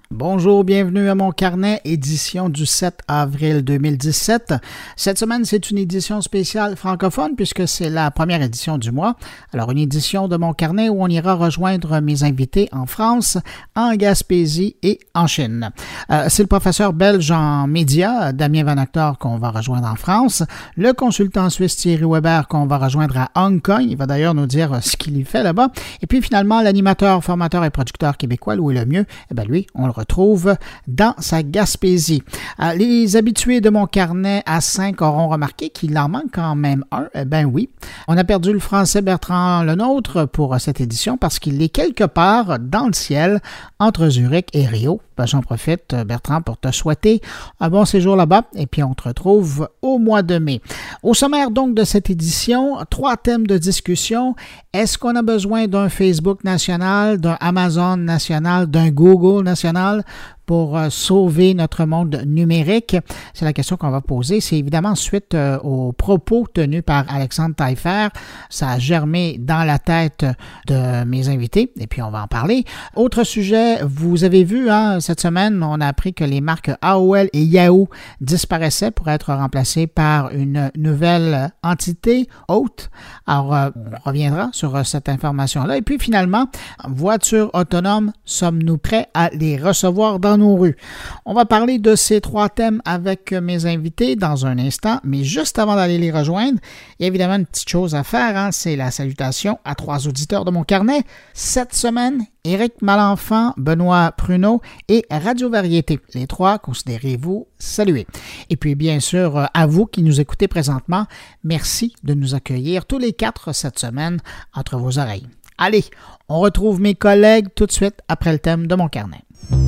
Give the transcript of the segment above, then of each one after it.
Bonjour, bienvenue à mon carnet, édition du 7 avril 2017. Cette semaine, c'est une édition spéciale francophone puisque c'est la première édition du mois. Alors, une édition de mon carnet où on ira rejoindre mes invités en France, en Gaspésie et en Chine. C'est le professeur belge en médias, Damien Van Actor, qu'on va rejoindre en France, le consultant suisse Thierry Weber qu'on va rejoindre à Hong Kong. Il va d'ailleurs nous dire ce qu'il y fait là-bas. Et puis finalement, l'animateur, formateur et producteur québécois Louis Lemieux, lui, on le retrouve dans sa Gaspésie. Les habitués de mon carnet à 5 auront remarqué qu'il en manque quand même un. Oui, on a perdu le français Bertrand Lenôtre pour cette édition parce qu'il est quelque part dans le ciel entre Zurich et Rio. J'en profite, Bertrand, pour te souhaiter un bon séjour là-bas et puis on te retrouve au mois de mai. Au sommaire donc de cette édition, 3 thèmes de discussion. Est-ce qu'on a besoin d'un Facebook national, d'un Amazon national, d'un Google national pour sauver notre monde numérique? C'est la question qu'on va poser. C'est évidemment suite aux propos tenus par Alexandre Taillefer. Ça a germé dans la tête de mes invités et puis on va en parler. Autre sujet, vous avez vu, cette semaine, on a appris que les marques AOL et Yahoo disparaissaient pour être remplacées par une nouvelle entité, Haute. Alors, on reviendra sur cette information-là. Et puis finalement, voitures autonomes, sommes-nous prêts à les recevoir dans nos rues? On va parler de ces 3 thèmes avec mes invités dans un instant, mais juste avant d'aller les rejoindre, il y a évidemment une petite chose à faire, c'est la salutation à 3 auditeurs de mon carnet. Cette semaine, Éric Malenfant, Benoît Pruneau et Radio Variété. Les 3, considérez-vous salués. Et puis, bien sûr, à vous qui nous écoutez présentement, merci de nous accueillir tous les 4 cette semaine entre vos oreilles. Allez, on retrouve mes collègues tout de suite après le thème de mon carnet.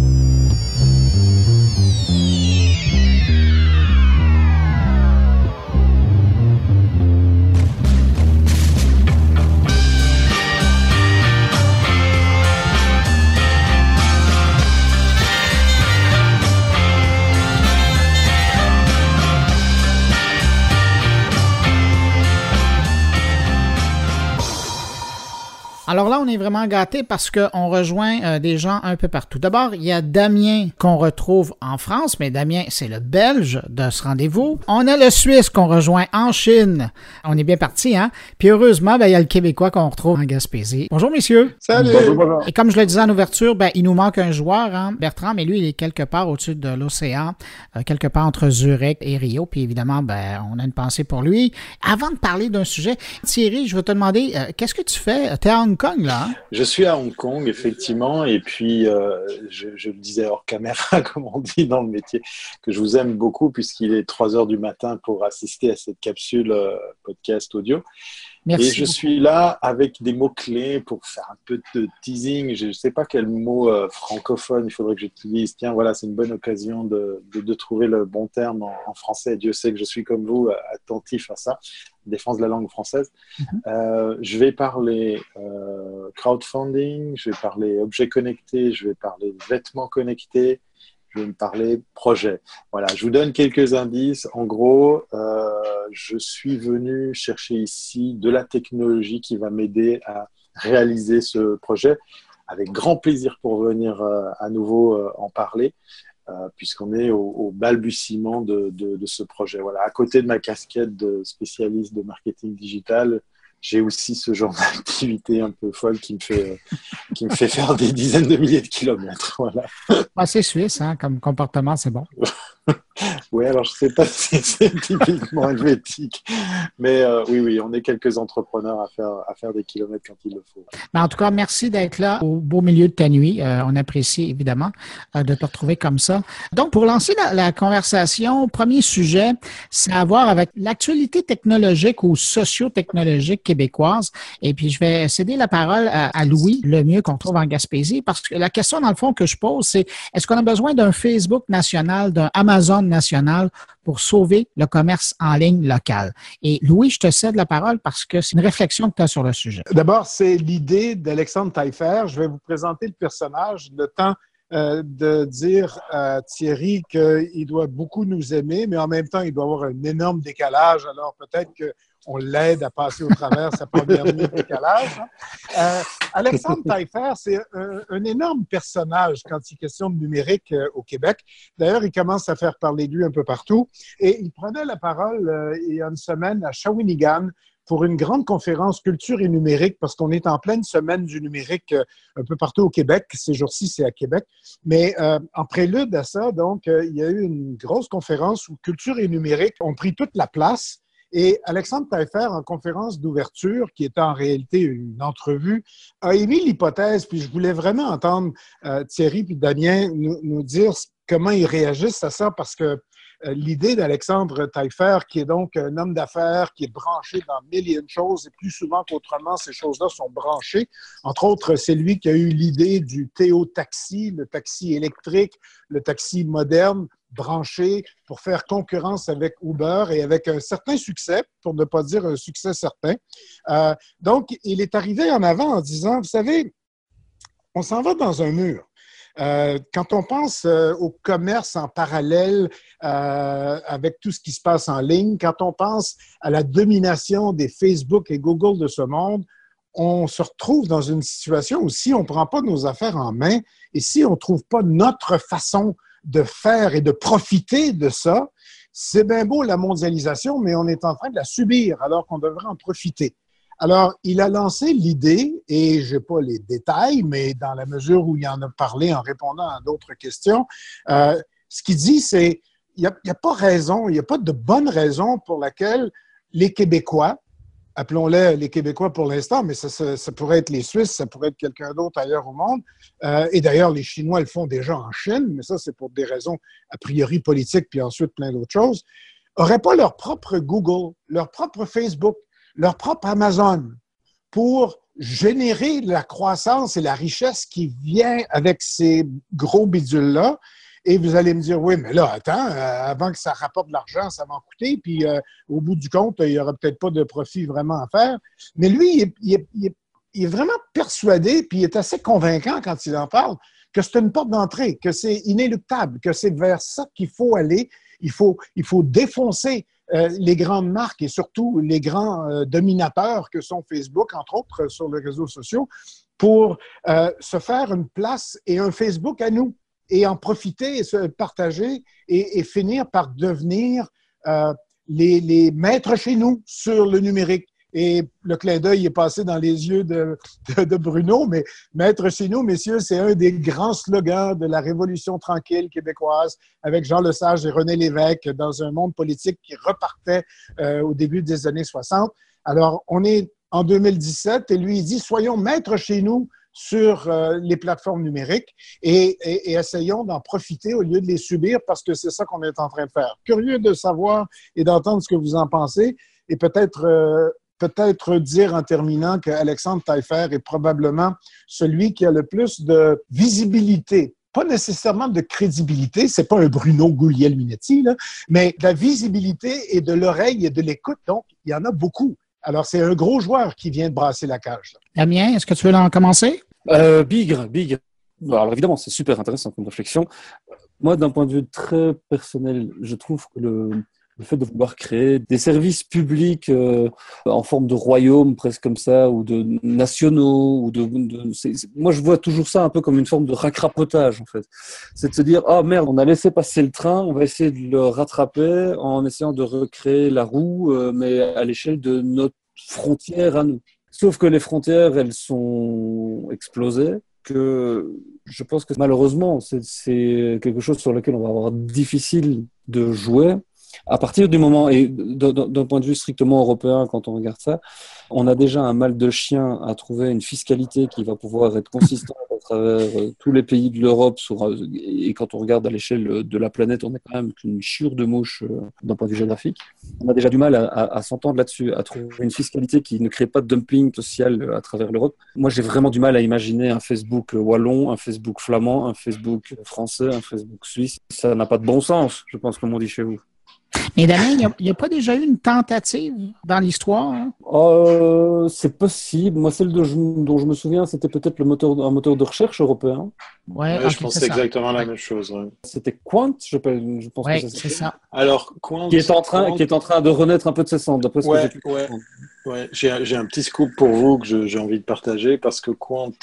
Alors là, on est vraiment gâtés parce qu'on rejoint des gens un peu partout. D'abord, il y a Damien qu'on retrouve en France, mais Damien, c'est le Belge de ce rendez-vous. On a le Suisse qu'on rejoint en Chine. On est bien parti, hein? Puis heureusement, il y a le Québécois qu'on retrouve en Gaspésie. Bonjour, messieurs. Salut. Bonjour. Et comme je le disais en ouverture, il nous manque un joueur, Bertrand, mais lui, il est quelque part au-dessus de l'océan, quelque part entre Zurich et Rio. Puis évidemment, on a une pensée pour lui. Avant de parler d'un sujet, Thierry, je vais te demander, qu'est-ce que tu fais? T'es à Hong Kong, là, hein? Je suis à Hong Kong, effectivement, et puis je le disais hors caméra, comme on dit dans le métier, que je vous aime beaucoup puisqu'il est 3 heures du matin pour assister à cette capsule podcast audio. Merci et je suis là avec des mots-clés pour faire un peu de teasing. Je ne sais pas quel mot francophone il faudrait que j'utilise. Tiens, voilà, c'est une bonne occasion de trouver le bon terme en français. Dieu sait que je suis comme vous, attentif à ça, défense de la langue française. Je vais parler crowdfunding, je vais parler objets connectés, je vais parler vêtements connectés, je vais me parler projet. Voilà, je vous donne quelques indices. En gros, je suis venu chercher ici de la technologie qui va m'aider à réaliser ce projet. Avec grand plaisir pour venir à nouveau en parler, puisqu'on est au balbutiement de ce projet. Voilà. À côté de ma casquette de spécialiste de marketing digital, j'ai aussi ce genre d'activité un peu folle qui me fait faire des dizaines de milliers de kilomètres. Voilà. C'est suisse, comme comportement, c'est bon. Oui, alors je ne sais pas si c'est typiquement helvétique, mais oui, on est quelques entrepreneurs à faire des kilomètres quand il le faut. En tout cas, merci d'être là au beau milieu de ta nuit. On apprécie évidemment de te retrouver comme ça. Donc, pour lancer la conversation, premier sujet, c'est à voir avec l'actualité technologique ou socio-technologique québécoise. Et puis, je vais céder la parole à Louis Lemieux qu'on trouve en Gaspésie, parce que la question, dans le fond, que je pose, c'est est-ce qu'on a besoin d'un Facebook national, d'un Amazon national pour sauver le commerce en ligne local? Et Louis, je te cède la parole parce que c'est une réflexion que tu as sur le sujet. D'abord, c'est l'idée d'Alexandre Taillefer. Je vais vous présenter le personnage, le temps de dire à Thierry qu'il doit beaucoup nous aimer, mais en même temps, il doit avoir un énorme décalage. Alors, peut-être on l'aide à passer au travers sa première nuit de décalage. Alexandre Taillefer, c'est un énorme personnage quand il est question de numérique au Québec. D'ailleurs, il commence à faire parler de lui un peu partout. Et il prenait la parole il y a une semaine à Shawinigan pour une grande conférence culture et numérique, parce qu'on est en pleine semaine du numérique un peu partout au Québec. Ces jours-ci, c'est à Québec. Mais en prélude à ça, donc, il y a eu une grosse conférence où culture et numérique ont pris toute la place. Et Alexandre Taillefer, en conférence d'ouverture, qui était en réalité une entrevue, a émis l'hypothèse, puis je voulais vraiment entendre Thierry puis Damien nous dire comment ils réagissent à ça, parce que l'idée d'Alexandre Taillefer, qui est donc un homme d'affaires, qui est branché dans mille et une choses, et plus souvent qu'autrement, ces choses-là sont branchées. Entre autres, c'est lui qui a eu l'idée du Théo-taxi, le taxi électrique, le taxi moderne, branché pour faire concurrence avec Uber et avec un certain succès, pour ne pas dire un succès certain. Donc, il est arrivé en avant en disant, vous savez, on s'en va dans un mur. Quand on pense au commerce en parallèle avec tout ce qui se passe en ligne, quand on pense à la domination des Facebook et Google de ce monde, on se retrouve dans une situation où si on ne prend pas nos affaires en main et si on ne trouve pas notre façon de faire et de profiter de ça, c'est bien beau la mondialisation, mais on est en train de la subir alors qu'on devrait en profiter. Alors, il a lancé l'idée, et je n'ai pas les détails, mais dans la mesure où il en a parlé en répondant à d'autres questions, ce qu'il dit, c'est il n'y a pas raison, il n'y a pas de bonne raison pour laquelle les Québécois, appelons-les les Québécois pour l'instant, mais ça pourrait être les Suisses, ça pourrait être quelqu'un d'autre ailleurs au monde, et d'ailleurs, les Chinois le font déjà en Chine, mais ça, c'est pour des raisons a priori politiques, puis ensuite plein d'autres choses, n'auraient pas leur propre Google, leur propre Facebook, leur propre Amazon pour générer la croissance et la richesse qui vient avec ces gros bidules-là. Et vous allez me dire, oui, mais là, attends, avant que ça rapporte de l'argent, ça va en coûter, puis au bout du compte, il n'y aura peut-être pas de profit vraiment à faire. Mais lui, il est vraiment persuadé, puis il est assez convaincant quand il en parle, que c'est une porte d'entrée, que c'est inéluctable, que c'est vers ça qu'il faut aller. Il faut défoncer les grandes marques et surtout les grands dominateurs que sont Facebook, entre autres, sur les réseaux sociaux, pour se faire une place et un Facebook à nous et en profiter et se partager et finir par devenir les maîtres chez nous sur le numérique. Et le clin d'œil est passé dans les yeux de Bruno, mais maître chez nous, messieurs, c'est un des grands slogans de la Révolution tranquille québécoise avec Jean Lesage et René Lévesque dans un monde politique qui repartait au début des années 60. Alors, on est en 2017 et lui, il dit, soyons maîtres chez nous sur les plateformes numériques et essayons d'en profiter au lieu de les subir parce que c'est ça qu'on est en train de faire. Curieux de savoir et d'entendre ce que vous en pensez et peut-être dire en terminant qu'Alexandre Taillefer est probablement celui qui a le plus de visibilité, pas nécessairement de crédibilité, c'est pas un Bruno Guglielminetti, là, mais de la visibilité et de l'oreille et de l'écoute, donc il y en a beaucoup. Alors, c'est un gros joueur qui vient de brasser la cage. Là. Damien, est-ce que tu veux en commencer? Bigre. Alors évidemment, c'est super intéressant comme réflexion. Moi, d'un point de vue très personnel, je trouve que le fait de vouloir créer des services publics en forme de royaume, presque comme ça, ou de nationaux, moi je vois toujours ça un peu comme une forme de racrapotage en fait. C'est de se dire, oh merde, on a laissé passer le train, on va essayer de le rattraper en essayant de recréer la roue, mais à l'échelle de notre frontière à nous. Sauf que les frontières, elles sont explosées, que je pense que malheureusement, c'est quelque chose sur lequel on va avoir difficile de jouer. À partir du moment, et d'un point de vue strictement européen, quand on regarde ça, on a déjà un mal de chien à trouver une fiscalité qui va pouvoir être consistante à travers tous les pays de l'Europe. Et quand on regarde à l'échelle de la planète, on est quand même une chiure de mouche d'un point de vue géographique. On a déjà du mal à s'entendre là-dessus, à trouver une fiscalité qui ne crée pas de dumping social à travers l'Europe. Moi, j'ai vraiment du mal à imaginer un Facebook wallon, un Facebook flamand, un Facebook français, un Facebook suisse. Ça n'a pas de bon sens, je pense, comme on dit chez vous. Mais Damien, il n'y a pas déjà eu une tentative dans l'histoire? Hein? C'est possible. Moi, celle dont je me souviens, c'était peut-être un moteur de recherche européen. Ouais, Ouais, ok, je pense c'est exactement ça. la même chose. Ouais. C'était Quant, je pense que Oui, ça c'est s'appelle. ça. Alors, Quant, Qui est en train de renaître un peu de ses cendres, d'après ce que j'ai ouais, pu ouais, comprendre. ouais. J'ai un petit scoop pour vous que j'ai envie de partager parce que Quant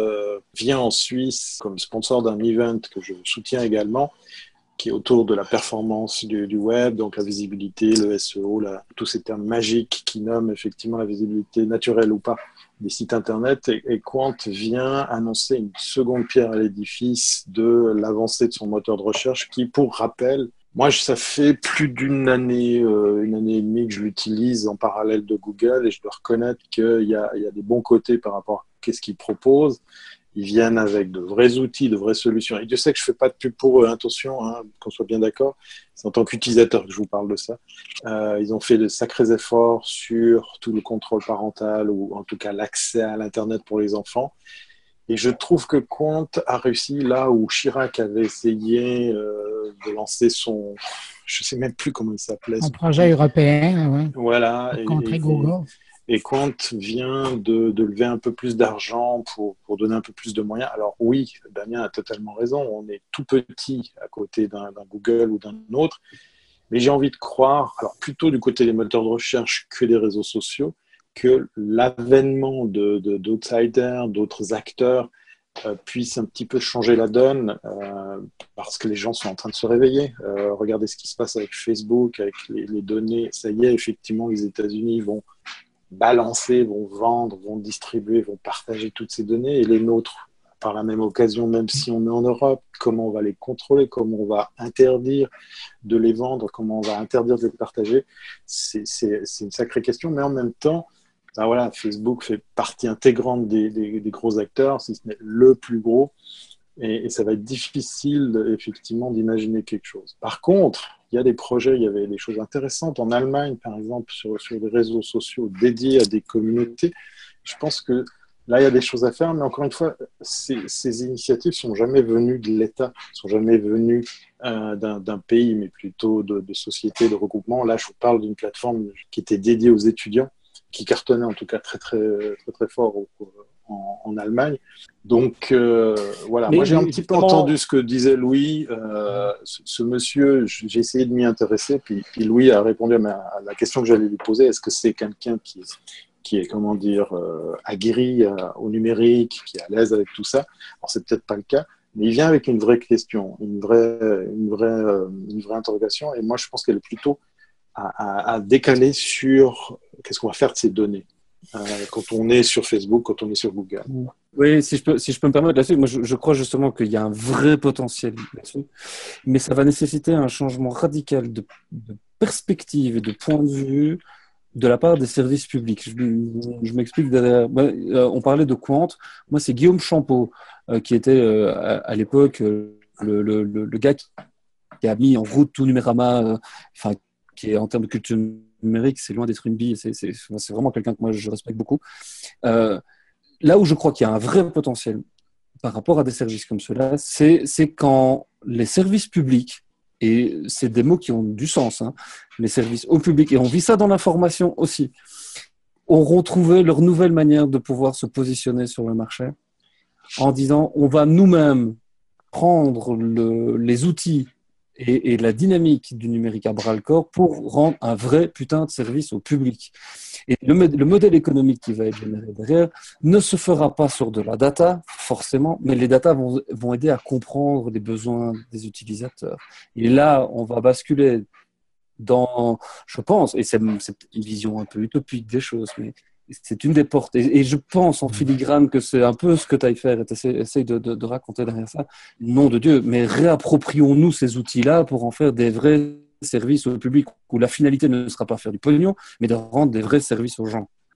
vient en Suisse comme sponsor d'un event que je soutiens également, qui est autour de la performance du web, donc la visibilité, le SEO, tous ces termes magiques qui nomment effectivement la visibilité naturelle ou pas des sites internet. Et Quant vient annoncer une seconde pierre à l'édifice de l'avancée de son moteur de recherche qui, pour rappel, moi, ça fait plus d'une année, une année et demie que je l'utilise en parallèle de Google et je dois reconnaître qu'il y a des bons côtés par rapport à ce qu'il propose. Ils viennent avec de vrais outils, de vraies solutions. Et Dieu sait que je ne fais pas de pub pour eux, attention, hein, qu'on soit bien d'accord. C'est en tant qu'utilisateur que je vous parle de ça. Ils ont fait de sacrés efforts sur tout le contrôle parental ou en tout cas l'accès à l'Internet pour les enfants. Et je trouve que Quant a réussi là où Chirac avait essayé de lancer son... Je ne sais même plus comment il s'appelait. Un projet européen, oui, Voilà. pour contrer Google. Et Quant vient de lever un peu plus d'argent pour donner un peu plus de moyens. Alors oui, Damien a totalement raison, on est tout petit à côté d'un Google ou d'un autre, mais j'ai envie de croire, alors plutôt du côté des moteurs de recherche que des réseaux sociaux, que l'avènement d'outsiders, d'autres acteurs, puisse un petit peu changer la donne parce que les gens sont en train de se réveiller. Regardez ce qui se passe avec Facebook, avec les données. Ça y est, effectivement, les États-Unis vont balancer, vont vendre, vont distribuer, vont partager toutes ces données et les nôtres, par la même occasion, même si on est en Europe, comment on va les contrôler, comment on va interdire de les vendre, comment on va interdire de les partager, c'est une sacrée question, mais en même temps, ben voilà, Facebook fait partie intégrante des gros acteurs, si ce n'est le plus gros, et ça va être difficile, effectivement, d'imaginer quelque chose. Par contre, il y a des projets, il y avait des choses intéressantes. En Allemagne, par exemple, sur des réseaux sociaux dédiés à des communautés, je pense que là, il y a des choses à faire. Mais encore une fois, ces initiatives ne sont jamais venues de l'État, ne sont jamais venues d'un pays, mais plutôt de sociétés, de regroupements. Là, je vous parle d'une plateforme qui était dédiée aux étudiants, qui cartonnait en tout cas très, très, très, très fort en Allemagne. Donc, voilà. Moi, j'ai un petit peu entendu ce que disait Louis. Ce monsieur, j'ai essayé de m'y intéresser, puis Louis a répondu à la question que j'allais lui poser. Est-ce que c'est quelqu'un qui est, comment dire, aguerri au numérique, qui est à l'aise avec tout ça? Alors, c'est peut-être pas le cas, mais il vient avec une vraie question, une vraie interrogation. Et moi, je pense qu'elle est plutôt à décaler sur qu'est-ce qu'on va faire de ces données. Quand on est sur Facebook, quand on est sur Google. Oui, si je peux me permettre là-dessus, moi je crois justement qu'il y a un vrai potentiel là-dessus, mais ça va nécessiter un changement radical de perspective et de point de vue de la part des services publics. Je m'explique derrière. On parlait de Quant. Moi, c'est Guillaume Champeau qui était à l'époque le gars qui a mis en route tout Numérama, qui est en termes de culture numérique, c'est loin d'être une bille, c'est vraiment quelqu'un que moi je respecte beaucoup. Là où je crois qu'il y a un vrai potentiel par rapport à des services comme ceux-là, c'est quand les services publics, et c'est des mots qui ont du sens, hein, les services au public, et on vit ça dans l'information aussi, auront trouvé leur nouvelle manière de pouvoir se positionner sur le marché en disant on va nous-mêmes prendre les outils et la dynamique du numérique à bras-le-corps pour rendre un vrai putain de service au public. Et le modèle économique qui va être généré derrière ne se fera pas sur de la data, forcément, mais les data vont aider à comprendre les besoins des utilisateurs. Et là, on va basculer dans, je pense, et c'est une vision un peu utopique des choses, mais c'est une des portes. Et je pense en filigrane que c'est un peu ce que Taillefer essaye de raconter derrière ça. Nom de Dieu, mais réapproprions-nous ces outils-là pour en faire des vrais services au public où la finalité ne sera pas faire du pognon, mais de rendre des vrais services aux gens.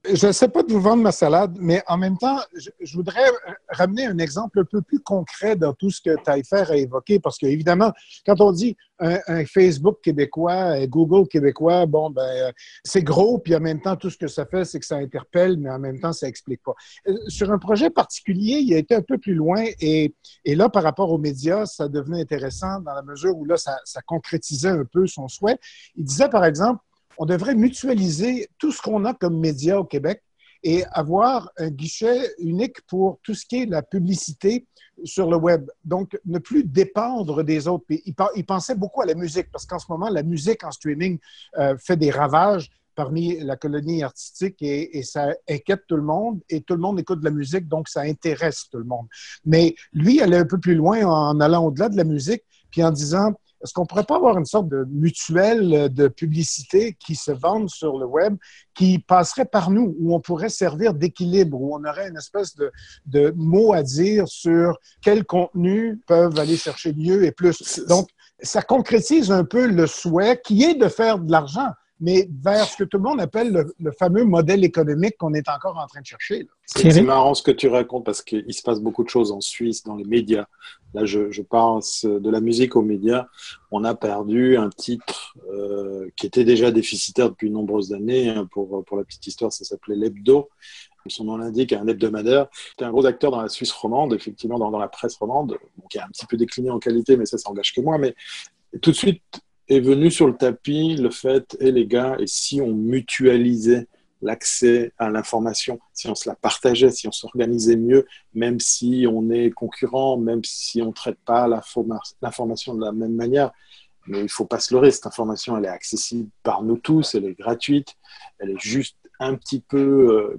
Je n'essaie pas de vous vendre ma salade, mais en même temps, je voudrais ramener un exemple un peu plus concret dans tout ce que Taillefer a évoqué, parce qu'évidemment, quand on dit un Facebook québécois, un Google québécois, bon, c'est gros, puis en même temps, tout ce que ça fait, c'est que ça interpelle, mais en même temps, ça n'explique pas. Sur un projet particulier, il a été un peu plus loin, et là, par rapport aux médias, ça devenait intéressant dans la mesure où là, ça concrétisait un peu son souhait. Il disait, par exemple, on devrait mutualiser tout ce qu'on a comme médias au Québec et avoir un guichet unique pour tout ce qui est la publicité sur le web. Donc, ne plus dépendre des autres. Il pensait beaucoup à la musique, parce qu'en ce moment, la musique en streaming fait des ravages parmi la colonie artistique et ça inquiète tout le monde et tout le monde écoute de la musique, donc ça intéresse tout le monde. Mais lui, allait un peu plus loin en allant au-delà de la musique, puis en disant... Est-ce qu'on ne pourrait pas avoir une sorte de mutuelle de publicité qui se vende sur le web, qui passerait par nous, où on pourrait servir d'équilibre, où on aurait une espèce de mot à dire sur quels contenus peuvent aller chercher mieux et plus. Donc, ça concrétise un peu le souhait qui est de faire de l'argent, mais vers ce que tout le monde appelle le fameux modèle économique qu'on est encore en train de chercher. C'est marrant ce que tu racontes parce qu'il se passe beaucoup de choses en Suisse, dans les médias. Là, je passe de la musique aux médias. On a perdu un titre qui était déjà déficitaire depuis de nombreuses années. Pour la petite histoire, ça s'appelait l'Hebdo. Son nom l'indique, un hebdomadaire. C'était un gros acteur dans la Suisse romande, effectivement, dans la presse romande, qui a un petit peu décliné en qualité, mais ça engage que moi. Mais tout de suite est venu sur le tapis le fait, les gars, et si on mutualisait l'accès à l'information, si on se la partageait, si on s'organisait mieux, même si on est concurrent, même si on ne traite pas l'information de la même manière. Mais il ne faut pas se leurrer, cette information, elle est accessible par nous tous, elle est gratuite, elle est juste un petit peu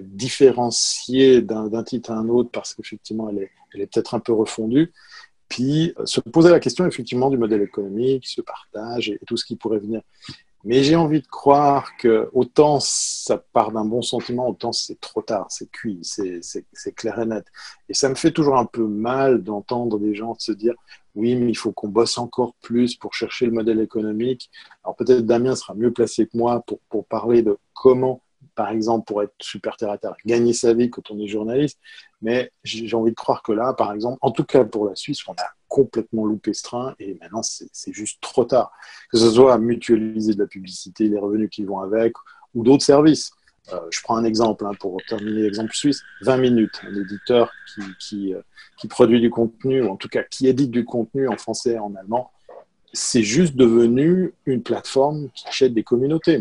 différenciée d'un titre à un autre parce qu'effectivement, elle est peut-être un peu refondue. Puis se poser la question effectivement du modèle économique, se partage et tout ce qui pourrait venir. Mais j'ai envie de croire que autant ça part d'un bon sentiment, autant c'est trop tard, c'est cuit, c'est clair et net. Et ça me fait toujours un peu mal d'entendre des gens se dire oui, mais il faut qu'on bosse encore plus pour chercher le modèle économique. Alors peut-être Damien sera mieux placé que moi pour parler de comment, par exemple, pour être super terre à terre, gagner sa vie quand on est journaliste. Mais j'ai envie de croire que là, par exemple, en tout cas pour la Suisse, on a complètement loupé ce train et maintenant c'est juste trop tard. Que ce soit à mutualiser de la publicité, les revenus qui vont avec ou d'autres services. Je prends un exemple pour terminer l'exemple suisse. 20 minutes, un éditeur qui produit du contenu, ou en tout cas qui édite du contenu en français et en allemand, c'est juste devenu une plateforme qui achète des communautés.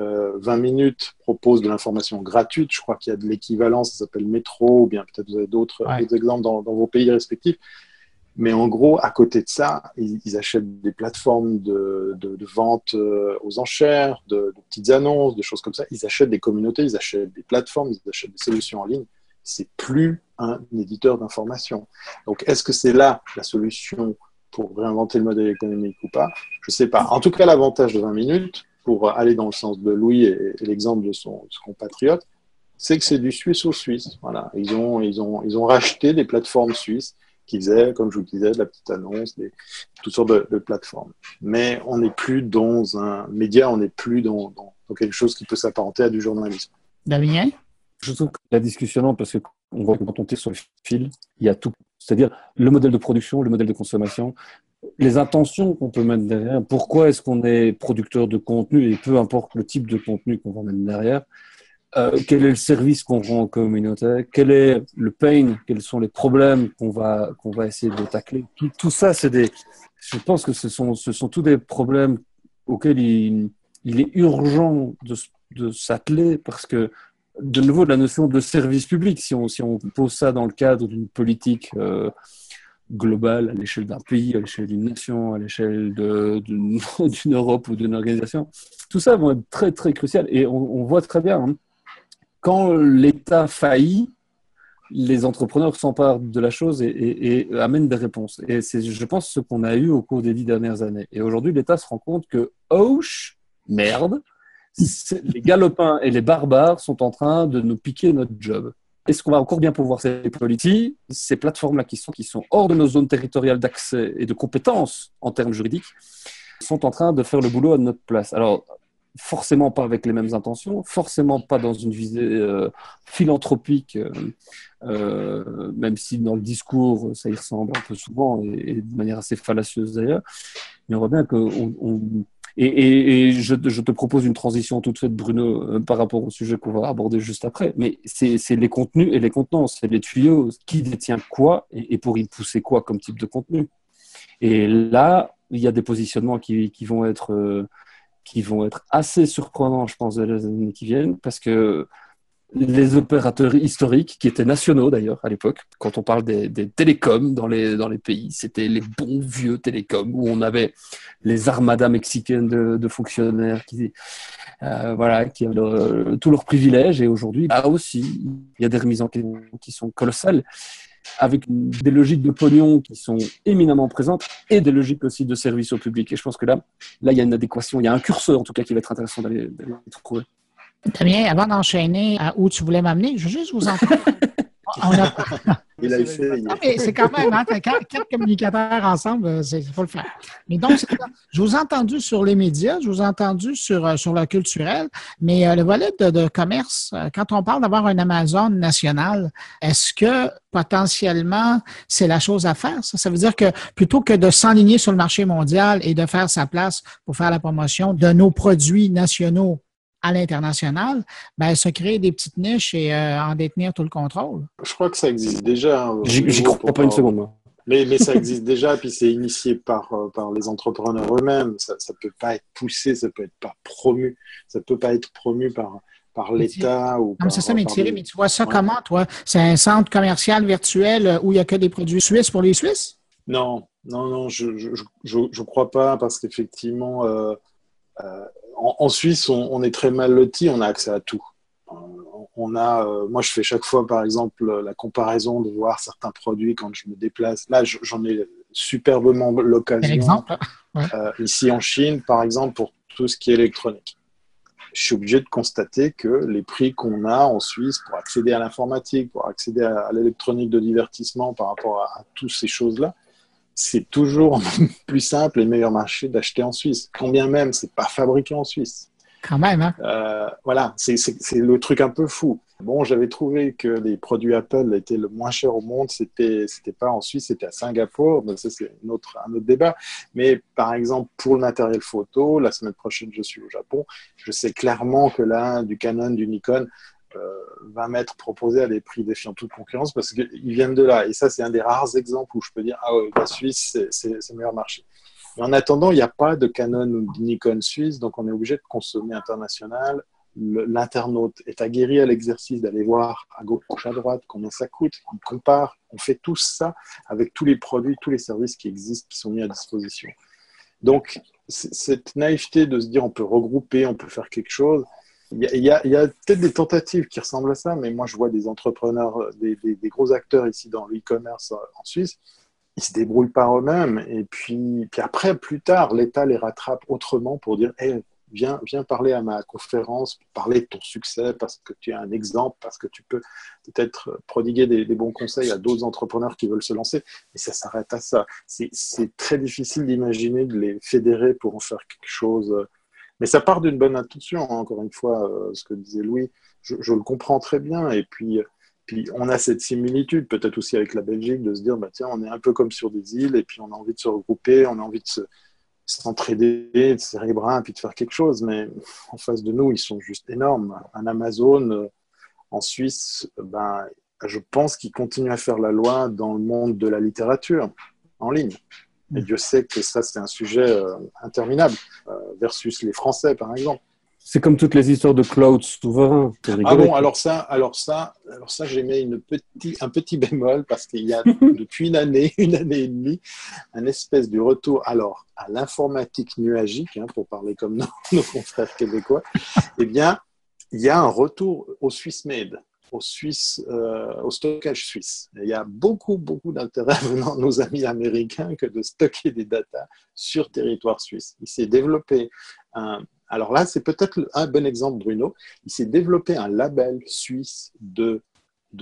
20 minutes propose de l'information gratuite. Je crois qu'il y a de l'équivalent, ça s'appelle Métro, ou bien peut-être vous avez d'autres exemples dans vos pays respectifs. Mais en gros, à côté de ça, ils achètent des plateformes de vente aux enchères, de petites annonces, de choses comme ça. Ils achètent des communautés, ils achètent des plateformes, ils achètent des solutions en ligne. C'est plus un éditeur d'information. Donc, est-ce que c'est là la solution pour réinventer le modèle économique ou pas? Je ne sais pas. En tout cas, l'avantage de 20 minutes, pour aller dans le sens de Louis et l'exemple de son compatriote, c'est que c'est du suisse au suisse. Voilà. Ils ont racheté des plateformes suisses qui faisaient, comme je vous le disais, de la petite annonce, toutes sortes de plateformes. Mais on n'est plus dans un média, on n'est plus dans quelque chose qui peut s'apparenter à du journalisme. Damien? Je trouve que la discussion, parce qu'on voit que quand on tire sur le fil, il y a tout. C'est-à-dire le modèle de production, le modèle de consommation, les intentions qu'on peut mettre derrière. Pourquoi est-ce qu'on est producteur de contenu et peu importe le type de contenu qu'on va mettre derrière, quel est le service qu'on rend aux communautés, quel est le pain, quels sont les problèmes qu'on va essayer de tacler. Tout ça, je pense que ce sont tous des problèmes auxquels il est urgent de s'atteler parce que, de nouveau, la notion de service public, si on pose ça dans le cadre d'une politique globale à l'échelle d'un pays, à l'échelle d'une nation, à l'échelle d'une Europe ou d'une organisation, tout ça va être très, très crucial. Et on voit très bien, quand l'État faillit, les entrepreneurs s'emparent de la chose et amènent des réponses. Et c'est, je pense, ce qu'on a eu au cours des 10 dernières années. Et aujourd'hui, l'État se rend compte que, merde, les galopins et les barbares sont en train de nous piquer notre job. Est-ce qu'on va encore bien pouvoir ces politiques, ces plateformes-là qui sont hors de nos zones territoriales d'accès et de compétences en termes juridiques, sont en train de faire le boulot à notre place. Alors, forcément pas avec les mêmes intentions, forcément pas dans une visée philanthropique, même si dans le discours, ça y ressemble un peu souvent et de manière assez fallacieuse d'ailleurs. Mais on voit bien et je te propose une transition toute faite, Bruno, par rapport au sujet qu'on va aborder juste après. Mais c'est les contenus et les contenants, c'est les tuyaux. Qui détient quoi et pour y pousser quoi comme type de contenu. Et là, il y a des positionnements qui vont être assez surprenants, je pense, dans les années qui viennent, parce que les opérateurs historiques, qui étaient nationaux d'ailleurs à l'époque, quand on parle des télécoms dans les pays, c'était les bons vieux télécoms où on avait les armadas mexicaines de fonctionnaires qui avaient tous leurs privilèges. Et aujourd'hui, là aussi, il y a des remises en question qui sont colossales, avec des logiques de pognon qui sont éminemment présentes et des logiques aussi de service au public. Et je pense que là, il y a une adéquation, il y a un curseur en tout cas qui va être intéressant d'aller trouver. Damien, avant d'enchaîner à où tu voulais m'amener, je veux juste vous entendre. Il a essayé. Non, mais c'est quand même, quatre communicateurs ensemble, il faut le faire. Mais donc, je vous ai entendu sur les médias, je vous ai entendu sur le culturel, mais le volet de commerce, quand on parle d'avoir un Amazon national, est-ce que potentiellement, c'est la chose à faire? Ça veut dire que plutôt que de s'enligner sur le marché mondial et de faire sa place pour faire la promotion de nos produits nationaux à l'international, se créer des petites niches et en détenir tout le contrôle. Je crois que ça existe déjà. J'y crois pas une seconde, moi. Mais ça existe déjà, puis c'est initié par les entrepreneurs eux-mêmes. Ça peut pas être poussé, ça peut être pas promu. Ça peut pas être promu par l'État ou non, c'est ça, mais Thierry, mais tu vois ça comment, toi? C'est un centre commercial virtuel où il n'y a que des produits suisses pour les Suisses? Non, je crois pas, parce qu'effectivement, en Suisse, on est très mal loti, on a accès à tout. Moi, je fais chaque fois, par exemple, la comparaison de voir certains produits quand je me déplace. Là, j'en ai superbement l'occasion. Exemple, ouais. Ici en Chine, par exemple, pour tout ce qui est électronique. Je suis obligé de constater que les prix qu'on a en Suisse pour accéder à l'informatique, pour accéder à l'électronique de divertissement par rapport à toutes ces choses-là, c'est toujours plus simple et meilleur marché d'acheter en Suisse. Quand bien même, c'est pas fabriqué en Suisse. Quand même, hein? Voilà, c'est le truc un peu fou. Bon, j'avais trouvé que les produits Apple étaient le moins cher au monde. C'était pas en Suisse, c'était à Singapour. Mais ça, c'est un autre débat. Mais par exemple, pour le matériel photo, la semaine prochaine, je suis au Japon. Je sais clairement que là, du Canon, du Nikon, va m'être proposé à des prix défiant toute concurrence parce qu'ils viennent de là. Et ça, c'est un des rares exemples où je peux dire, ah ouais, la Suisse, c'est le meilleur marché. Mais en attendant, il n'y a pas de Canon ou de Nikon suisse, donc on est obligé de consommer international. L'internaute est aguerri à l'exercice d'aller voir à gauche, à droite, combien ça coûte, on compare, on fait tout ça avec tous les produits, tous les services qui existent, qui sont mis à disposition. Donc, cette naïveté de se dire on peut regrouper, on peut faire quelque chose, il y a peut-être des tentatives qui ressemblent à ça, mais moi je vois des entrepreneurs, des gros acteurs ici dans l'e-commerce en Suisse, ils se débrouillent par eux-mêmes et puis après, plus tard, l'État les rattrape autrement pour dire hey, viens parler à ma conférence, pour parler de ton succès parce que tu es un exemple, parce que tu peux peut-être prodiguer des bons conseils à d'autres entrepreneurs qui veulent se lancer, et ça s'arrête à ça. C'est très difficile d'imaginer de les fédérer pour en faire quelque chose. Mais ça part d'une bonne intention, hein, encore une fois, ce que disait Louis, je le comprends très bien. Et puis on a cette similitude, peut-être aussi avec la Belgique, de se dire, tiens, on est un peu comme sur des îles, et puis on a envie de se regrouper, on a envie de s'entraider, de se serrer les bras, et puis de faire quelque chose. Mais en face de nous, ils sont juste énormes. Un Amazon, en Suisse, je pense qu'il continue à faire la loi dans le monde de la littérature, en ligne. Et Dieu sait que ça, c'est un sujet interminable, versus les Français, par exemple. C'est comme toutes les histoires de cloud souverain. Ah bon, alors ça, j'ai mis un petit bémol, parce qu'il y a depuis une année et demie, un espèce de retour à l'informatique nuagique, hein, pour parler comme nos confrères québécois. Eh bien, il y a un retour au Swiss-made. Au stockage suisse. Et il y a beaucoup d'intérêt venant de nos amis américains que de stocker des datas sur territoire suisse. Il s'est développé alors là, c'est peut-être un bon exemple, Bruno. Il s'est développé un label suisse de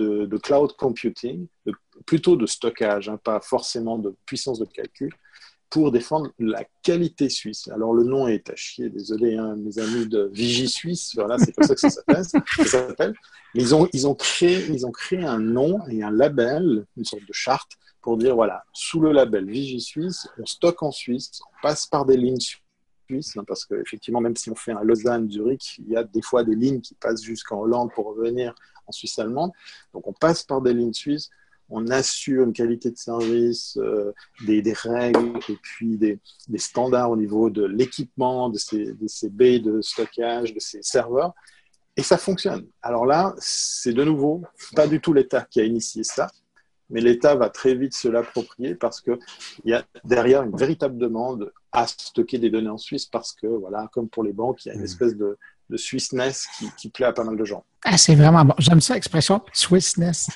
cloud computing, plutôt de stockage, hein, pas forcément de puissance de calcul, pour défendre la qualité suisse. Alors le nom est à chier, désolé, hein, mes amis de Vigie Suisse, voilà, c'est comme ça que ça s'appelle. Mais ils ont créé un nom et un label, une sorte de charte, pour dire, voilà, sous le label Vigie Suisse, on stocke en Suisse, on passe par des lignes suisses, hein, parce qu'effectivement, même si on fait un Lausanne-Zurich, il y a des fois des lignes qui passent jusqu'en Hollande pour revenir en Suisse allemande. Donc on passe par des lignes suisses, on assure une qualité de service, des règles et puis des standards au niveau de l'équipement, de ces baies de stockage, de ces serveurs. Et ça fonctionne. Alors là, c'est de nouveau pas du tout l'État qui a initié ça, mais l'État va très vite se l'approprier parce qu'il y a derrière une véritable demande à stocker des données en Suisse parce que, voilà, comme pour les banques, il y a une espèce de Swissness qui plaît à pas mal de gens. Ah, c'est vraiment bon. J'aime ça, l'expression Swissness.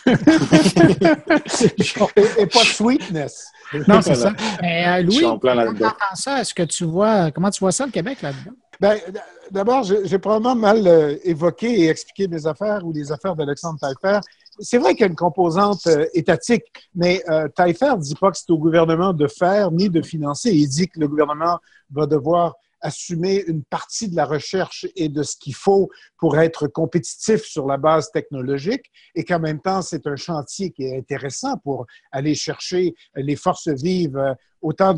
et pas sweetness. Non, c'est ça. Mais, Louis, en plein là-dedans. quand tu entends ça, comment tu vois ça, le Québec, là-dedans? Ben, d'abord, j'ai probablement mal évoqué et expliqué mes affaires ou les affaires d'Alexandre Taillefer. C'est vrai qu'il y a une composante étatique, mais Taillefer ne dit pas que c'est au gouvernement de faire ni de financer. Il dit que le gouvernement va devoir assumer une partie de la recherche et de ce qu'il faut pour être compétitif sur la base technologique et qu'en même temps, c'est un chantier qui est intéressant pour aller chercher les forces vives autant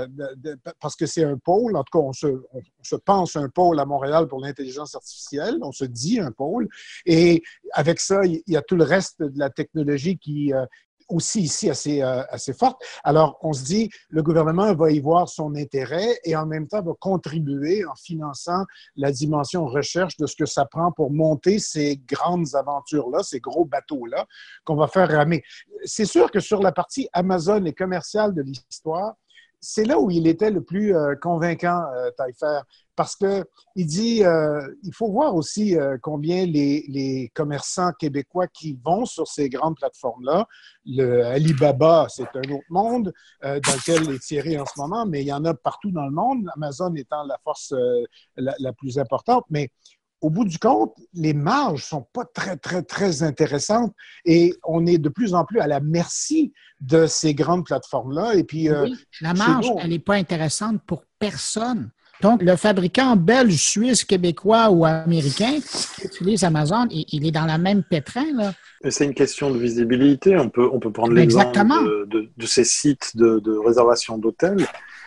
parce que c'est un pôle, en tout cas, on se pense un pôle à Montréal pour l'intelligence artificielle, on se dit un pôle, et avec ça, il y a tout le reste de la technologie qui aussi ici assez forte. Alors, on se dit, le gouvernement va y voir son intérêt et en même temps va contribuer en finançant la dimension recherche de ce que ça prend pour monter ces grandes aventures-là, ces gros bateaux-là qu'on va faire ramer. C'est sûr que sur la partie Amazon et commerciale de l'histoire, c'est là où il était le plus convaincant, Taillefer, parce qu'il dit il faut voir aussi combien les commerçants québécois qui vont sur ces grandes plateformes-là, le Alibaba, c'est un autre monde dans lequel il est tiré en ce moment, mais il y en a partout dans le monde, Amazon étant la force la plus importante, mais au bout du compte, les marges sont pas très, très, très intéressantes et on est de plus en plus à la merci de ces grandes plateformes-là. Et puis, oui, la marge, elle n'est pas intéressante pour personne. Donc, le fabricant belge, suisse, québécois ou américain qui utilise Amazon, il est dans la même pétrin, là. C'est une question de visibilité. On peut prendre l'exemple de ces sites de réservation d'hôtels.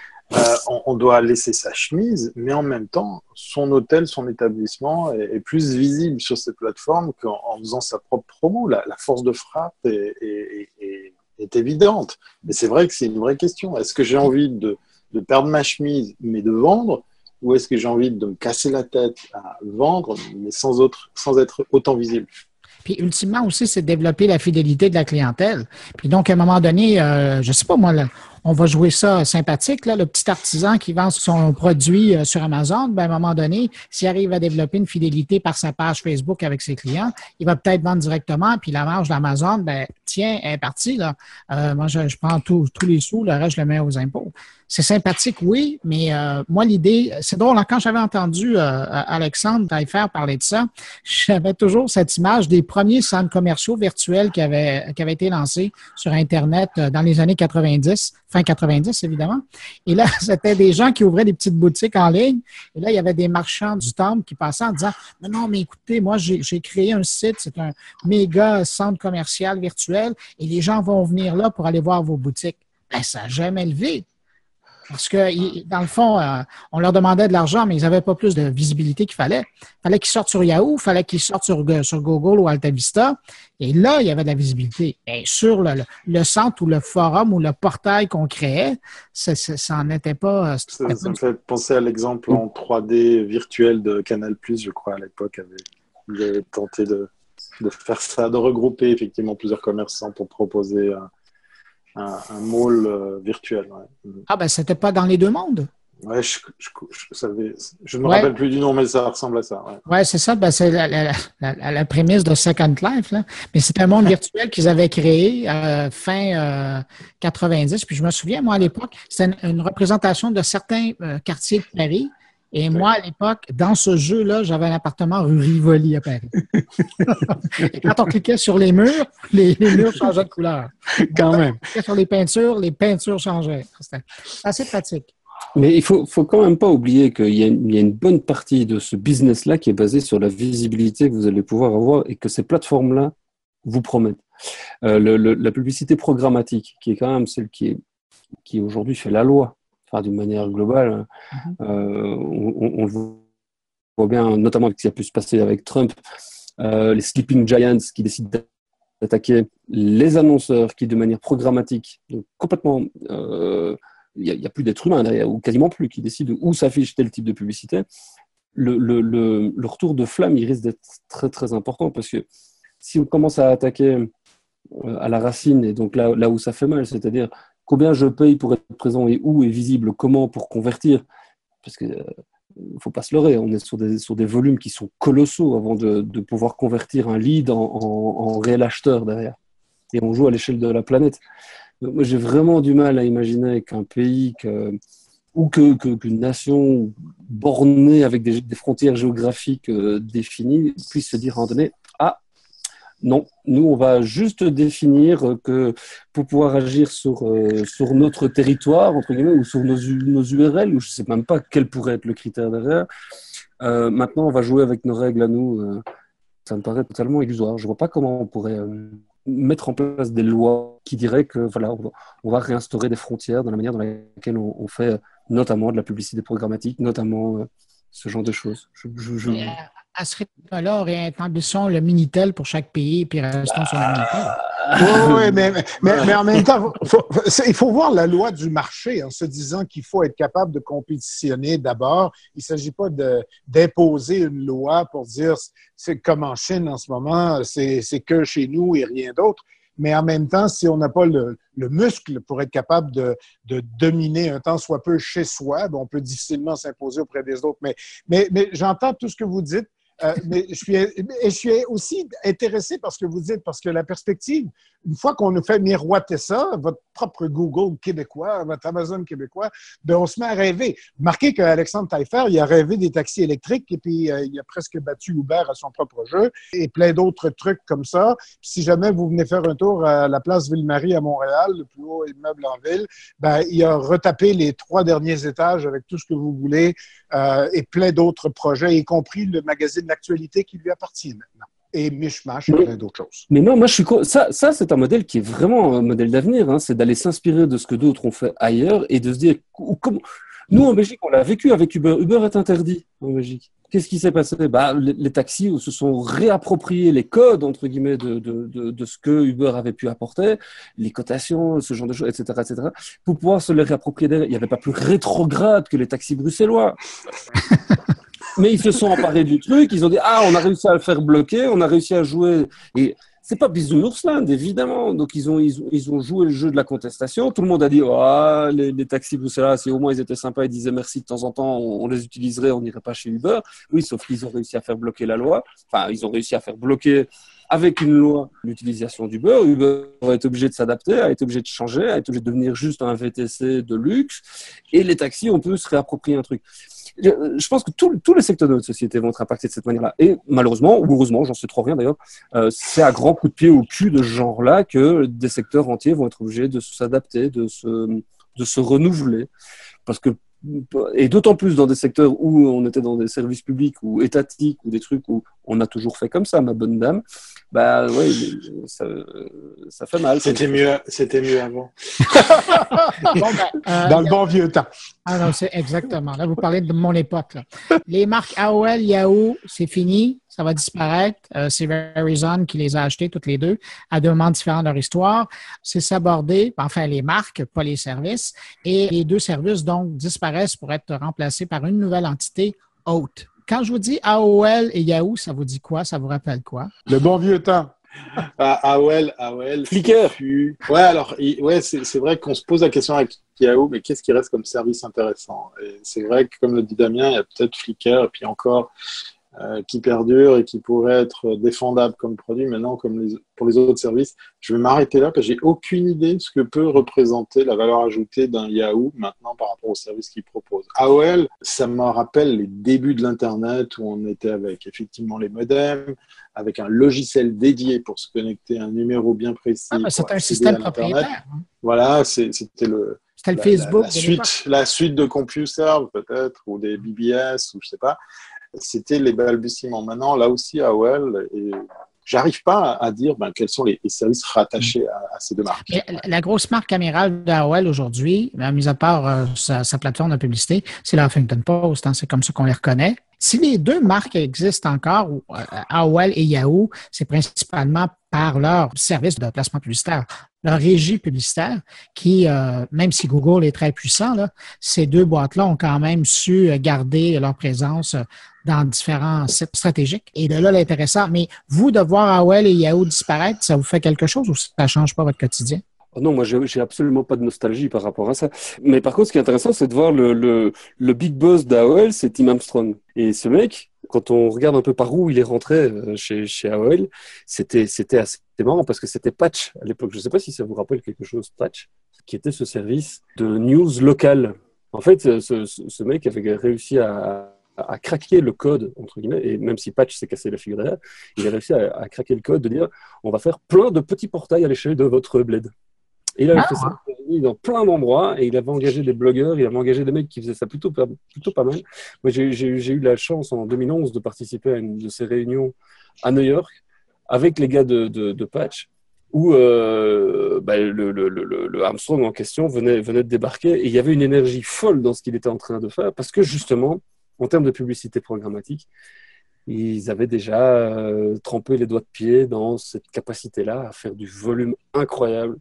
On doit laisser sa chemise, mais en même temps, son hôtel, son établissement est plus visible sur cette plateforme qu'en faisant sa propre promo. La force de frappe est évidente. Mais c'est vrai que c'est une vraie question. Est-ce que j'ai envie de perdre ma chemise, mais de vendre, ou est-ce que j'ai envie de me casser la tête à vendre, mais sans être autant visible? Puis, ultimement aussi, c'est de développer la fidélité de la clientèle. Puis donc, à un moment donné, je ne sais pas, moi, là, on va jouer ça sympathique, là, le petit artisan qui vend son produit sur Amazon, ben, à un moment donné, s'il arrive à développer une fidélité par sa page Facebook avec ses clients, il va peut-être vendre directement, puis la marge d'Amazon, ben, tiens, elle est partie, là. Moi, je prends tous les sous, le reste, je le mets aux impôts. C'est sympathique, oui, mais moi, l'idée, c'est drôle, hein, quand j'avais entendu Alexandre Taillefer parler de ça, j'avais toujours cette image des premiers centres commerciaux virtuels qui avaient été lancés sur Internet dans les années 90, fin 90, évidemment. Et là, c'était des gens qui ouvraient des petites boutiques en ligne. Et là, il y avait des marchands du temple qui passaient en disant « Non, mais écoutez, moi, j'ai créé un site, c'est un méga centre commercial virtuel et les gens vont venir là pour aller voir vos boutiques. » Ben, ça n'a jamais levé. Parce que, dans le fond, on leur demandait de l'argent, mais ils n'avaient pas plus de visibilité qu'il fallait. Il fallait qu'ils sortent sur Yahoo, il fallait qu'ils sortent sur Google ou AltaVista. Et là, il y avait de la visibilité. Et sur le centre ou le forum ou le portail qu'on créait, ça n'en était pas. Ça me fait penser à l'exemple en 3D virtuel de Canal+, je crois, à l'époque. Ils avaient tenté de faire ça, de regrouper effectivement plusieurs commerçants pour proposer un mall virtuel. Ouais. Ah, ben, c'était pas dans les deux mondes. Ouais, je ne me rappelle plus du nom, mais ça ressemble à ça. Ouais, c'est ça. Ben, c'est la prémisse de Second Life, là. Mais c'est un monde virtuel qu'ils avaient créé fin 90. Puis je me souviens, moi, à l'époque, c'était une représentation de certains quartiers de Paris. Et moi, à l'époque, dans ce jeu-là, j'avais un appartement rue Rivoli à Paris. Et quand on cliquait sur les murs changeaient de couleur. Quand même. On cliquait sur les peintures changeaient. C'était assez pratique. Mais il faut quand même pas oublier qu'il y a une bonne partie de ce business-là qui est basé sur la visibilité que vous allez pouvoir avoir et que ces plateformes-là vous promettent. La publicité programmatique, qui est quand même celle qui aujourd'hui fait la loi, enfin, d'une manière globale, on le voit bien, notamment avec ce qui a pu se passer avec Trump, les Sleeping Giants qui décident d'attaquer les annonceurs qui, de manière programmatique, donc complètement, il n'y a plus d'êtres humains derrière, ou quasiment plus, qui décident où s'affiche tel type de publicité. Le retour de flamme, il risque d'être très très important, parce que si on commence à attaquer à la racine, et donc là où ça fait mal, c'est-à-dire combien je paye pour être présent et où est visible, comment pour convertir, parce que faut pas se leurrer, on est sur des volumes qui sont colossaux avant de pouvoir convertir un lead en réel acheteur derrière. Et on joue à l'échelle de la planète. Donc, moi, j'ai vraiment du mal à imaginer qu'un pays qu'une nation bornée avec des frontières géographiques définies puisse se dire à un moment donné, non, nous, on va juste définir que pour pouvoir agir sur notre territoire, entre guillemets, ou sur nos URL, ou je ne sais même pas quel pourrait être le critère derrière, maintenant, on va jouer avec nos règles à nous. Ça me paraît totalement illusoire. Je ne vois pas comment on pourrait mettre en place des lois qui diraient que voilà, on va réinstaurer des frontières dans la manière dans laquelle on fait notamment de la publicité programmatique, notamment ce genre de choses. À ce rythme-là, rétablissons le Minitel pour chaque pays, puis restons sur le Minitel. Oui, mais en même temps, il faut voir la loi du marché en se disant qu'il faut être capable de compétitionner d'abord. Il ne s'agit pas d'imposer une loi pour dire c'est comme en Chine en ce moment, c'est que chez nous et rien d'autre. Mais en même temps, si on n'a pas le muscle pour être capable de dominer un tant soit peu chez soi, on peut difficilement s'imposer auprès des autres. Mais j'entends tout ce que vous dites. Mais je suis aussi intéressé par ce que vous dites, parce que la perspective, une fois qu'on nous fait miroiter ça, votre propre Google québécois, votre Amazon québécois, on se met à rêver. Remarquez qu'Alexandre Taillefer, il a rêvé des taxis électriques et puis il a presque battu Uber à son propre jeu et plein d'autres trucs comme ça. Puis si jamais vous venez faire un tour à la place Ville-Marie à Montréal, le plus haut immeuble en ville, il a retapé les 3 derniers étages avec tout ce que vous voulez et plein d'autres projets, y compris le magazine L'Actualité qui lui appartient maintenant. Et Mishmash et plein d'autres choses. Mais non, moi je suis ça c'est un modèle qui est vraiment un modèle d'avenir, hein, c'est d'aller s'inspirer de ce que d'autres ont fait ailleurs et de se dire comment. Nous en Belgique, on l'a vécu avec Uber. Uber est interdit en Belgique. Qu'est-ce qui s'est passé? Les taxis se sont réappropriés les codes entre guillemets de ce que Uber avait pu apporter, les cotations, ce genre de choses, etc., pour pouvoir se les réapproprier. Il n'y avait pas plus rétrograde que les taxis bruxellois. Mais ils se sont emparés du truc, ils ont dit on a réussi à le faire bloquer, on a réussi à jouer, et c'est pas Bisounours-Land, évidemment. Donc ils ont joué le jeu de la contestation. Tout le monde a dit les taxis bruxellois, si au moins ils étaient sympas, ils disaient merci de temps en temps, on les utiliserait, on n'irait pas chez Uber. Oui, sauf qu'ils ont réussi à faire bloquer la loi. Enfin, ils ont réussi à faire bloquer avec une loi l'utilisation d'Uber. Uber a été obligé de s'adapter, a été obligé de changer, a été obligé de devenir juste un VTC de luxe. Et les taxis, on peut se réapproprier un truc. Je pense que tous les secteurs de notre société vont être impactés de cette manière-là. Et malheureusement, ou heureusement, j'en sais trop rien d'ailleurs, c'est à grands coups de pied au cul de ce genre-là que des secteurs entiers vont être obligés de s'adapter, de se renouveler. Parce que, et d'autant plus dans des secteurs où on était dans des services publics ou étatiques ou des trucs où on a toujours fait comme ça, ma bonne dame, ça fait mal. C'était mieux avant. Dans le bon vieux temps. Ah non, c'est exactement. Là, vous parlez de mon époque. Là. Les marques AOL, Yahoo, c'est fini. Ça va disparaître. C'est Verizon qui les a achetées toutes les deux à deux moments différents de leur histoire. C'est s'aborder, enfin les marques, pas les services. Et les deux services, donc, disparaissent pour être remplacés par une nouvelle entité, Haute. Quand je vous dis AOL et Yahoo, ça vous dit quoi? Ça vous rappelle quoi? Le bon vieux temps. AOL. Flickr. Ouais, alors, c'est vrai qu'on se pose la question avec Yahoo, mais qu'est-ce qui reste comme service intéressant? Et c'est vrai que, comme le dit Damien, il y a peut-être Flickr, et puis encore, qui perdure et qui pourrait être défendable comme produit. Maintenant, pour les autres services, je vais m'arrêter là parce que j'ai aucune idée de ce que peut représenter la valeur ajoutée d'un Yahoo maintenant par rapport aux services qu'il propose. AOL, ça me rappelle les débuts de l'Internet où on était avec effectivement les modems, avec un logiciel dédié pour se connecter à un numéro bien précis. C'était un système propriétaire. Voilà, c'était le Facebook. La suite de CompuServe peut-être, ou des BBS, ou je sais pas. C'était les balbutiements. Maintenant, là aussi, AOL, et j'arrive pas à dire quels sont les services rattachés à ces deux marques. Et la grosse marque amérale d'AOL aujourd'hui, mis à part sa plateforme de publicité, c'est la Huffington Post. C'est comme ça qu'on les reconnaît. Si les deux marques existent encore, AOL et Yahoo, c'est principalement par leur service de placement publicitaire, leur régie publicitaire, qui, même si Google est très puissant, là, ces deux boîtes-là ont quand même su garder leur présence dans différents sites stratégiques. Et de là, l'intéressant. Mais vous, de voir AOL et Yahoo disparaître, ça vous fait quelque chose ou ça ne change pas votre quotidien? Non, moi, j'ai absolument pas de nostalgie par rapport à ça. Mais par contre, ce qui est intéressant, c'est de voir le big boss d'AOL, c'est Tim Armstrong. Et ce mec, quand on regarde un peu par où il est rentré chez AOL, c'était assez marrant parce que c'était Patch à l'époque. Je ne sais pas si ça vous rappelle quelque chose, Patch, qui était ce service de news local. En fait, ce mec avait réussi à craquer le code, entre guillemets, et même si Patch s'est cassé la figure derrière, il a réussi à craquer le code de dire on va faire plein de petits portails à l'échelle de votre bled. Et il avait fait ça dans plein d'endroits et il avait engagé des blogueurs, il avait engagé des mecs qui faisaient ça plutôt pas mal. Moi, j'ai eu la chance en 2011 de participer à une de ces réunions à New York avec les gars de Patch où le Armstrong en question venait de débarquer et il y avait une énergie folle dans ce qu'il était en train de faire parce que justement, en termes de publicité programmatique, ils avaient déjà trempé les doigts de pied dans cette capacité-là à faire du volume incroyable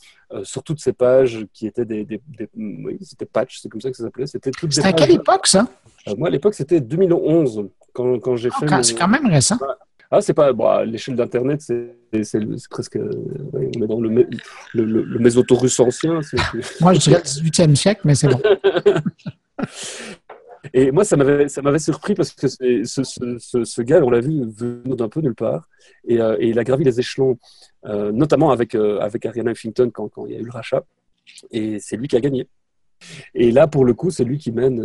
sur toutes ces pages qui étaient oui, c'était Patch, c'est comme ça que ça s'appelait. C'était à quelle époque, ça? Moi, à l'époque, c'était 2011, quand j'ai fait... C'est quand même récent. C'est pas... Bon, à l'échelle d'Internet, c'est presque... on est dans le Mésotaurusse ancien. Moi, je dirais le 18e siècle, mais c'est bon. Et moi, ça m'avait surpris parce que ce gars, on l'a vu venir d'un peu nulle part, et il a gravi les échelons, notamment avec Arianna Huffington quand il y a eu le rachat, et c'est lui qui a gagné. Et là, pour le coup, c'est lui qui mène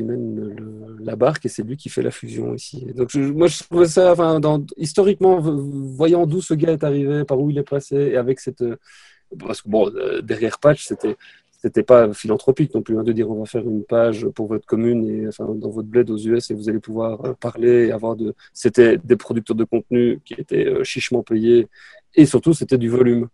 la barque et c'est lui qui fait la fusion ici. Donc, moi, je trouvais ça, historiquement, voyant d'où ce gars est arrivé, par où il est passé, et avec cette... Parce que, derrière Patch, c'était pas philanthropique non plus, de dire on va faire une page pour votre commune et dans votre bled aux US et vous allez pouvoir parler et avoir c'était des producteurs de contenu qui étaient chichement payés et surtout c'était du volume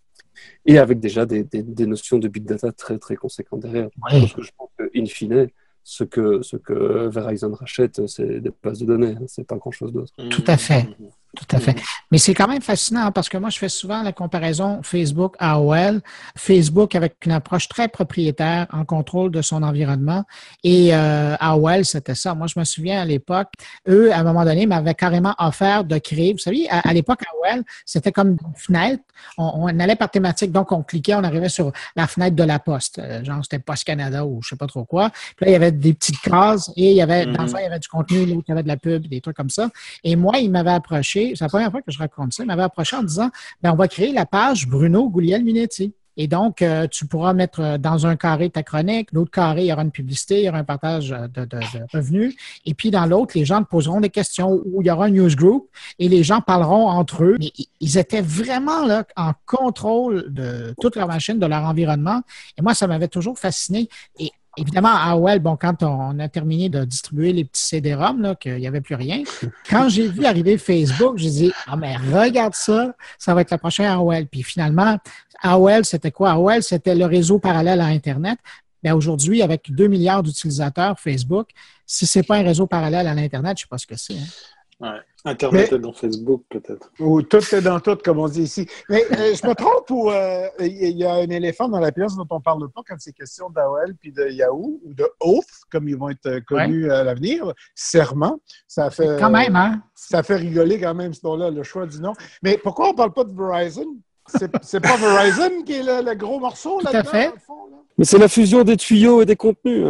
et avec déjà des notions de big data très très conséquentes derrière. Oui. Parce que je pense que in fine ce que Verizon rachète, c'est des bases de données, c'est pas grand chose d'autre. Tout à fait. Tout à fait. Mais c'est quand même fascinant parce que moi, je fais souvent la comparaison Facebook-AOL. Facebook avec une approche très propriétaire en contrôle de son environnement. Et AOL, c'était ça. Moi, je me souviens à l'époque, eux, à un moment donné, m'avaient carrément offert de créer. Vous savez, à l'époque, AOL, c'était comme une fenêtre. On allait par thématique. Donc, on cliquait, on arrivait sur la fenêtre de la Poste. Genre, c'était Poste Canada ou je sais pas trop quoi. Puis là, il y avait des petites cases et il y avait, dans ça, il y avait du contenu, l'autre, il y avait de la pub, des trucs comme ça. Et moi, il m'avait approché. C'est la première fois que je raconte ça. Il m'avait approché en disant on va créer la page Bruno Guglielminetti. Et donc, tu pourras mettre dans un carré ta chronique, l'autre carré, il y aura une publicité, il y aura un partage de revenus. Et puis, dans l'autre, les gens te poseront des questions où il y aura un newsgroup et les gens parleront entre eux. Mais ils étaient vraiment là en contrôle de toute leur machine, de leur environnement. Et moi, ça m'avait toujours fasciné. Et évidemment, à AOL, quand on a terminé de distribuer les petits CD-ROM, qu'il n'y avait plus rien, quand j'ai vu arriver Facebook, j'ai dit « Ah, mais regarde ça, ça va être la prochaine AOL. » Puis finalement, AOL, c'était quoi? AOL, c'était le réseau parallèle à Internet. Mais aujourd'hui, avec 2 milliards d'utilisateurs Facebook, si ce n'est pas un réseau parallèle à l'Internet, je ne sais pas ce que c'est. Ouais. Internet est dans Facebook, peut-être. Ou tout est dans tout, comme on dit ici. Mais je me trompe ou il y a un éléphant dans la pièce dont on ne parle pas quand c'est question d'AOL puis de Yahoo ou de Oath, comme ils vont être connus à l'avenir. Serment. Ça fait, quand même, hein? Ça fait rigoler quand même, ce nom-là, le choix du nom. Mais pourquoi on ne parle pas de Verizon? C'est pas Verizon qui est le gros morceau tout là-dedans, à fait. dans le fond, là? Mais c'est la fusion des tuyaux et des contenus. Hein.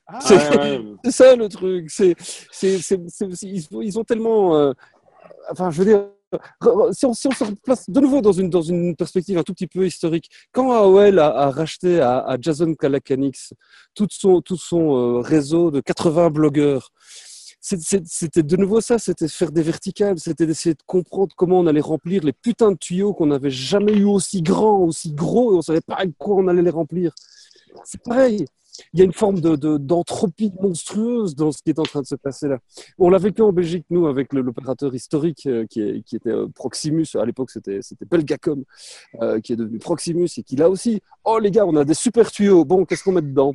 Ah, C'est ça le truc. Ils ont tellement. Enfin, je veux dire, si on se replace de nouveau dans une perspective un tout petit peu historique, quand AOL a racheté à Jason Calacanis tout son réseau de 80 blogueurs, c'était de nouveau ça, c'était faire des verticales, c'était d'essayer de comprendre comment on allait remplir les putains de tuyaux qu'on n'avait jamais eu aussi grands, aussi gros, et on savait pas avec quoi on allait les remplir. C'est pareil. Il y a une forme d'entropie monstrueuse dans ce qui est en train de se passer là. On l'a vécu en Belgique, nous, avec l'opérateur historique qui était Proximus. À l'époque, c'était Belgacom, qui est devenu Proximus et qui, là aussi, oh les gars, on a des super tuyaux. Bon, qu'est-ce qu'on met dedans?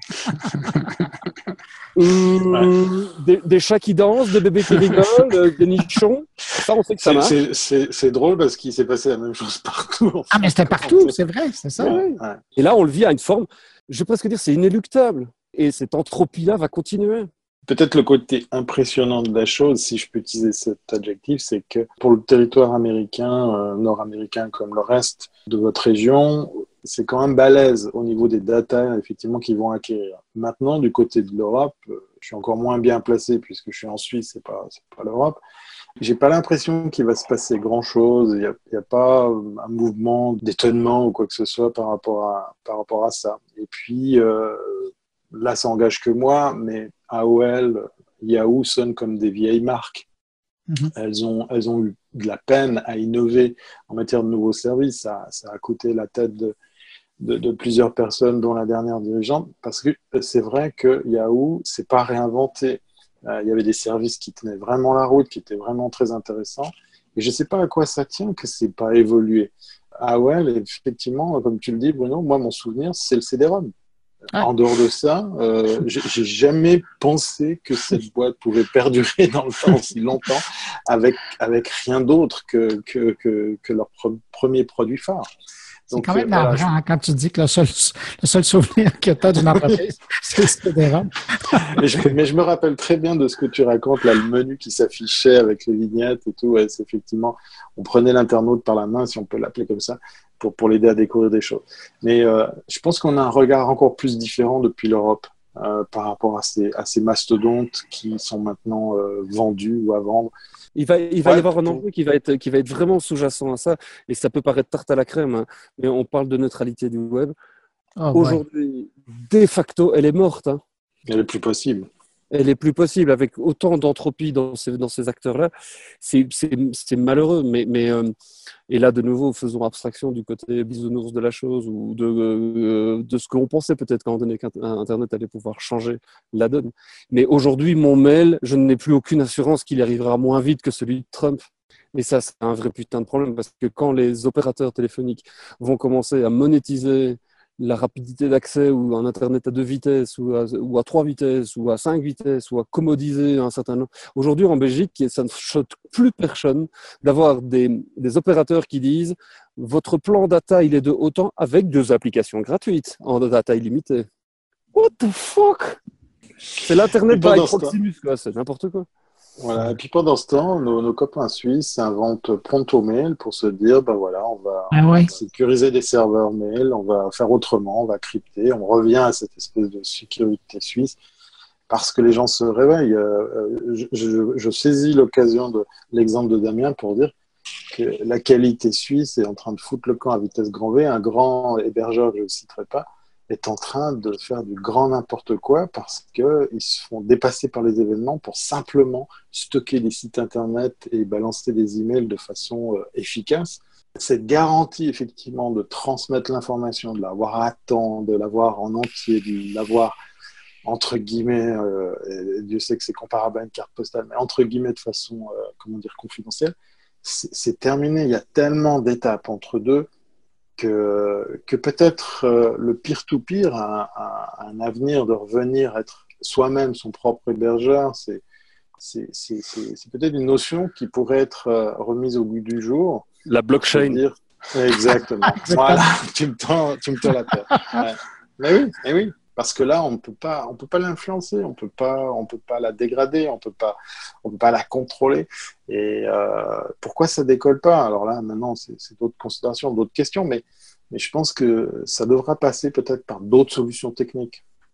Des chats qui dansent, des bébés qui rigolent, des nichons. Ça, on sait que ça marche. C'est drôle parce qu'il s'est passé la même chose partout. En fait. Ah, mais c'était partout, c'est vrai, c'est ça. Ouais. Et là, on le vit à une forme, je vais presque dire, c'est inéluctable. Et cette entropie-là va continuer. Peut-être le côté impressionnant de la chose, si je peux utiliser cet adjectif, c'est que pour le territoire américain, nord-américain comme le reste de votre région, c'est quand même balèze au niveau des data effectivement qu'ils vont acquérir. Maintenant, du côté de l'Europe, je suis encore moins bien placé puisque je suis en Suisse, c'est pas l'Europe. J'ai pas l'impression qu'il va se passer grand-chose. Il y a pas un mouvement d'étonnement ou quoi que ce soit par rapport à ça. Et puis là, ça engage que moi, mais AOL, Yahoo sonnent comme des vieilles marques. Mm-hmm. Elles ont eu de la peine à innover en matière de nouveaux services. Ça a coûté la tête de plusieurs personnes, dont la dernière dirigeante, parce que c'est vrai que Yahoo s'est pas réinventé. Il y avait des services qui tenaient vraiment la route, qui étaient vraiment très intéressants. Et je ne sais pas à quoi ça tient que ce n'est pas évolué. AOL, effectivement, comme tu le dis, Bruno, moi, mon souvenir, c'est le CD-ROM. Ah. En dehors de ça, j'ai jamais pensé que cette boîte pouvait perdurer dans le temps aussi longtemps avec rien d'autre que leur premier produit phare. C'est quand même navrant voilà, quand tu dis que le seul souvenir que tu as d'une entreprise, c'est le CD-ROM. mais je me rappelle très bien de ce que tu racontes, là, le menu qui s'affichait avec les vignettes et tout. Ouais, c'est effectivement, on prenait l'internaute par la main, si on peut l'appeler comme ça, pour l'aider à découvrir des choses. Mais je pense qu'on a un regard encore plus différent depuis l'Europe par rapport à ces mastodontes qui sont maintenant vendus ou à vendre. Il va y avoir un enjeu qui va être vraiment sous-jacent à ça, et ça peut paraître tarte à la crème, hein, mais on parle de neutralité du web. Aujourd'hui, de facto, elle est morte. Hein. Elle est plus possible. Elle est plus possible avec autant d'entropie dans ces acteurs-là. C'est malheureux, mais et là de nouveau faisons abstraction du côté bisounours de la chose ou de ce qu'on pensait peut-être quand on donnait qu'Internet allait pouvoir changer la donne. Mais aujourd'hui, mon mail, je n'ai plus aucune assurance qu'il arrivera moins vite que celui de Trump. Et ça, c'est un vrai putain de problème parce que quand les opérateurs téléphoniques vont commencer à monétiser la rapidité d'accès ou un Internet à 2 vitesses ou à 3 vitesses ou à 5 vitesses ou à commodiser un certain nombre. Aujourd'hui, en Belgique, ça ne choque plus personne d'avoir des opérateurs qui disent votre plan data, il est de autant avec 2 applications gratuites en data illimitée. What the fuck? C'est l'Internet by Proximus, quoi. C'est n'importe quoi. Voilà. Et puis pendant ce temps, nos copains suisses inventent Pronto Mail pour se dire, ben voilà, on va sécuriser des serveurs mail, on va faire autrement, on va crypter, on revient à cette espèce de sécurité suisse parce que les gens se réveillent. Je saisis l'occasion de l'exemple de Damien pour dire que la qualité suisse est en train de foutre le camp à vitesse grand V. Un grand hébergeur que je ne citerai pas est en train de faire du grand n'importe quoi parce qu'ils se font dépasser par les événements pour simplement stocker des sites internet et balancer des emails de façon efficace. Cette garantie, effectivement, de transmettre l'information, de l'avoir à temps, de l'avoir en entier, de l'avoir, entre guillemets, Dieu sait que c'est comparable à une carte postale, mais entre guillemets de façon, confidentielle, c'est terminé. Il y a tellement d'étapes entre deux que peut-être le peer-to-peer a un avenir de revenir être soi-même son propre hébergeur. C'est peut-être une notion qui pourrait être remise au goût du jour. La blockchain. Exactement. Voilà, tu me tends la tête. Ouais. Mais oui. Parce que là, on peut pas l'influencer, on peut pas la dégrader, on peut pas la contrôler. Et pourquoi ça décolle pas? Alors là, maintenant, c'est d'autres considérations, d'autres questions, mais je pense que ça devra passer peut-être par d'autres solutions techniques.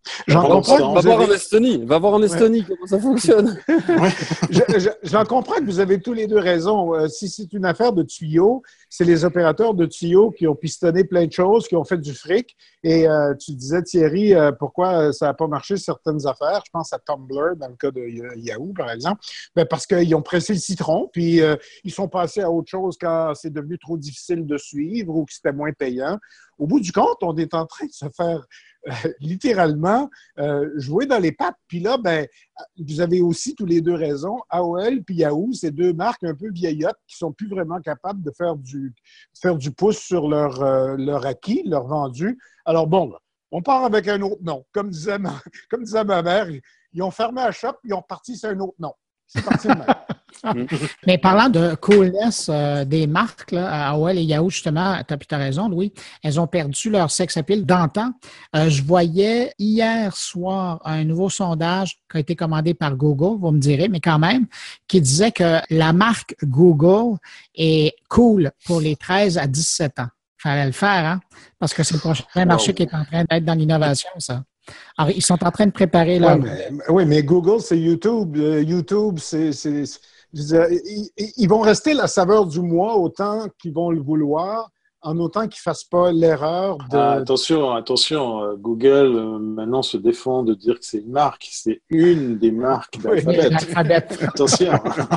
J'en comprends que Va voir en Estonie. Va voir en Estonie comment ça fonctionne. J'en comprends que vous avez tous les deux raison. Si c'est une affaire de tuyaux, c'est les opérateurs de tuyaux qui ont pistonné plein de choses, qui ont fait du fric. Et tu disais, Thierry, pourquoi ça n'a pas marché certaines affaires. Je pense à Tumblr, dans le cas de Yahoo, par exemple. Ben parce qu'ils ont pressé le citron, puis ils sont passés à autre chose quand c'est devenu trop difficile de suivre ou que c'était moins payant. Au bout du compte, on est en train de se faire littéralement jouer dans les pattes. Puis là, ben, vous avez aussi tous les deux raison. AOL puis Yahoo, c'est deux marques un peu vieillottes qui sont plus vraiment capables de faire du pouce sur leur acquis, leur vendu. Alors bon, on part avec un autre nom. Comme disait ma mère, ils ont fermé la shop, ils ont parti sur un autre nom. C'est parti de même. Mais parlant de coolness des marques, là, AOL et Yahoo, justement, tu as raison, Louis, elles ont perdu leur sex appeal d'antan. Je voyais hier soir un nouveau sondage qui a été commandé par Google, vous me direz, mais quand même, qui disait que la marque Google est cool pour les 13 à 17 ans. Il fallait le faire, hein? Parce que c'est le prochain marché qui est en train d'être dans l'innovation, ça. Alors, ils sont en train de préparer là. Oui, mais Google, c'est YouTube. YouTube, je veux dire, ils vont rester la saveur du mois autant qu'ils vont le vouloir, en autant qu'ils ne fassent pas l'erreur de... Attention, Google maintenant se défend de dire que c'est une marque. C'est une des marques d'Alphabet. Attention,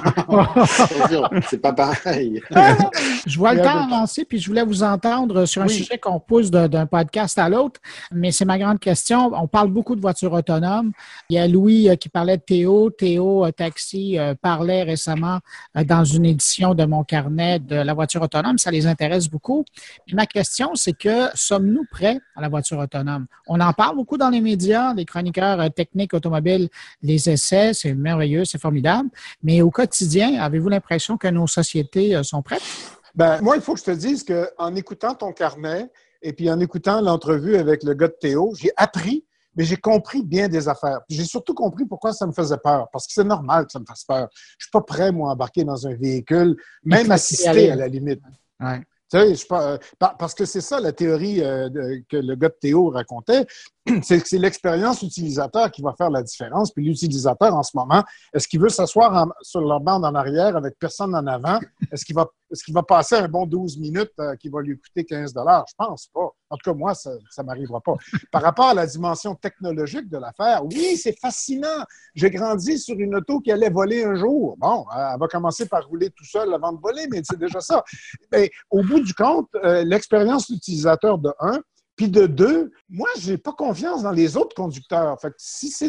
c'est pas pareil. Je vois le temps avancer, puis je voulais vous entendre sur un sujet qu'on pousse d'un podcast à l'autre, mais c'est ma grande question. On parle beaucoup de voitures autonomes. Il y a Louis qui parlait de Théo. Théo Taxi parlait récemment dans une édition de mon carnet de la voiture autonome. Ça les intéresse beaucoup. Puis ma question, c'est que sommes-nous prêts à la voiture autonome? On en parle beaucoup dans les médias, les chroniqueurs techniques automobiles les essaient, c'est merveilleux, c'est formidable. Mais au quotidien, avez-vous l'impression que nos sociétés sont prêtes? Ben, moi, il faut que je te dise qu'en écoutant ton carnet et puis en écoutant l'entrevue avec le gars de Théo, j'ai appris, mais j'ai compris bien des affaires. Puis j'ai surtout compris pourquoi ça me faisait peur, parce que c'est normal que ça me fasse peur. Je suis pas prêt, moi, à embarquer dans un véhicule, même assisté à la limite. Ouais. Tu sais, parce que c'est ça la théorie que le gars de Théo racontait, c'est que c'est l'expérience utilisateur qui va faire la différence. Puis l'utilisateur, en ce moment, est-ce qu'il veut s'asseoir sur leur bande en arrière avec personne en avant? Est-ce qu'il va passer un bon 12 minutes qui va lui coûter 15 $? Je pense pas. En tout cas, moi, ça ne m'arrivera pas. Par rapport à la dimension technologique de l'affaire, oui, c'est fascinant. J'ai grandi sur une auto qui allait voler un jour. Bon, elle va commencer par rouler tout seul avant de voler, mais c'est déjà ça. Mais au bout du compte, l'expérience utilisateur de 1, puis de 2, moi, je n'ai pas confiance dans les autres conducteurs. Fait que si c'est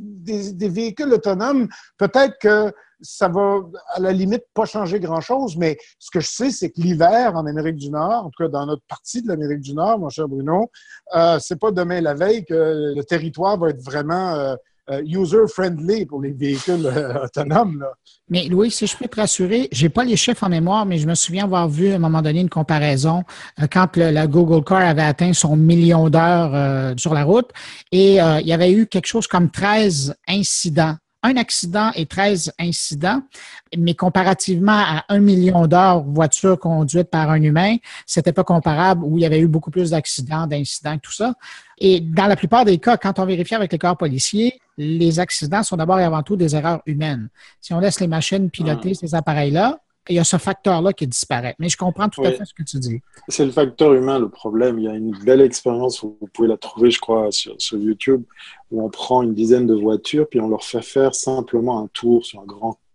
des véhicules autonomes, peut-être que ça va, à la limite, pas changer grand-chose, mais ce que je sais, c'est que l'hiver en Amérique du Nord, en tout cas dans notre partie de l'Amérique du Nord, mon cher Bruno, c'est pas demain la veille que le territoire va être vraiment user-friendly pour les véhicules autonomes. Là. Mais Louis, si je peux te rassurer, j'ai pas les chiffres en mémoire, mais je me souviens avoir vu à un moment donné une comparaison quand la Google Car avait atteint son million d'heures sur la route et il y avait eu quelque chose comme 13 incidents. Un accident et 13 incidents, mais comparativement à 1 million d'heures voiture conduite par un humain, c'était pas comparable où il y avait eu beaucoup plus d'incidents, tout ça. Et dans la plupart des cas, quand on vérifie avec les corps policiers, les accidents sont d'abord et avant tout des erreurs humaines. Si on laisse les machines piloter ces appareils-là, il y a ce facteur-là qui disparaît. Mais je comprends tout à fait ce que tu dis. C'est le facteur humain, le problème. Il y a une belle expérience, vous pouvez la trouver, je crois, sur YouTube, où on prend une dizaine de voitures, puis on leur fait faire simplement un tour sur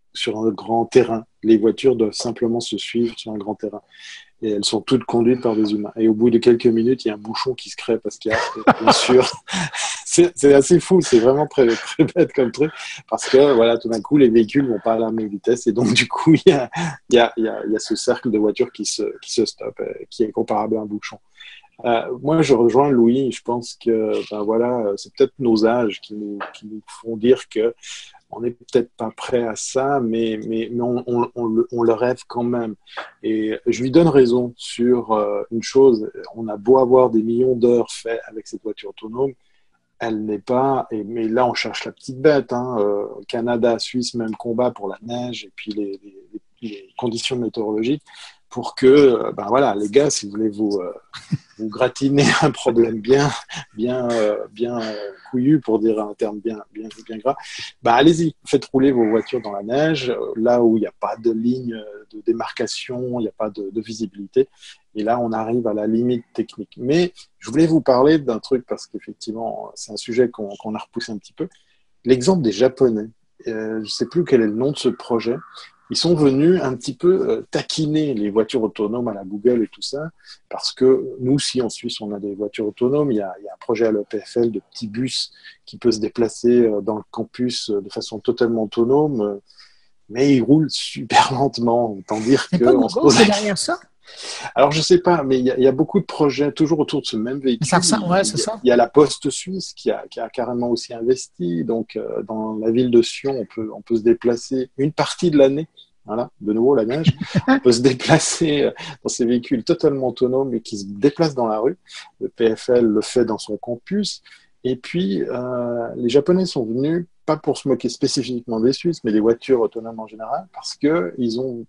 un grand terrain. Les voitures doivent simplement se suivre sur un grand terrain. Et elles sont toutes conduites par des humains. Et au bout de quelques minutes, il y a un bouchon qui se crée parce qu'il y a, bien sûr, c'est assez fou, c'est vraiment très, très bête comme truc, parce que voilà, tout d'un coup, les véhicules ne vont pas à la même vitesse, et donc du coup, il y a ce cercle de voitures qui se stoppe, qui est comparable à un bouchon. Moi, je rejoins Louis. Je pense que c'est peut-être nos âges qui nous font dire que on n'est peut-être pas prêt à ça, mais on le rêve quand même. Et je lui donne raison sur une chose. On a beau avoir des millions d'heures faites avec cette voiture autonome, elle n'est pas... mais là, on cherche la petite bête. Canada, Suisse, même combat pour la neige et puis les conditions météorologiques pour que, les gars, si vous voulez vous gratinez un problème bien couillu, pour dire un terme bien gras, bah allez-y, faites rouler vos voitures dans la neige, là où il n'y a pas de ligne de démarcation, il n'y a pas de visibilité. Et là, on arrive à la limite technique. Mais je voulais vous parler d'un truc, parce qu'effectivement, c'est un sujet qu'on a repoussé un petit peu. L'exemple des Japonais. Je ne sais plus quel est le nom de ce projet. Ils sont venus un petit peu taquiner les voitures autonomes à la Google et tout ça, parce que nous, si en Suisse, on a des voitures autonomes, il y a un projet à l'EPFL de petits bus qui peut se déplacer dans le campus de façon totalement autonome, mais ils roulent super lentement. Autant dire C'est que pas on se Google, pose... c'est derrière ça? Alors, je sais pas, mais il y a beaucoup de projets toujours autour de ce même véhicule. Ça ressemble, ouais, c'est ça. Il y a la Poste suisse qui a carrément aussi investi. Donc, dans la ville de Sion, on peut se déplacer une partie de l'année. Voilà, de nouveau la neige. On peut se déplacer dans ces véhicules totalement autonomes et qui se déplacent dans la rue. Le PFL le fait dans son campus. Et puis, les Japonais sont venus, pas pour se moquer spécifiquement des Suisses, mais des voitures autonomes en général, parce qu'ils ont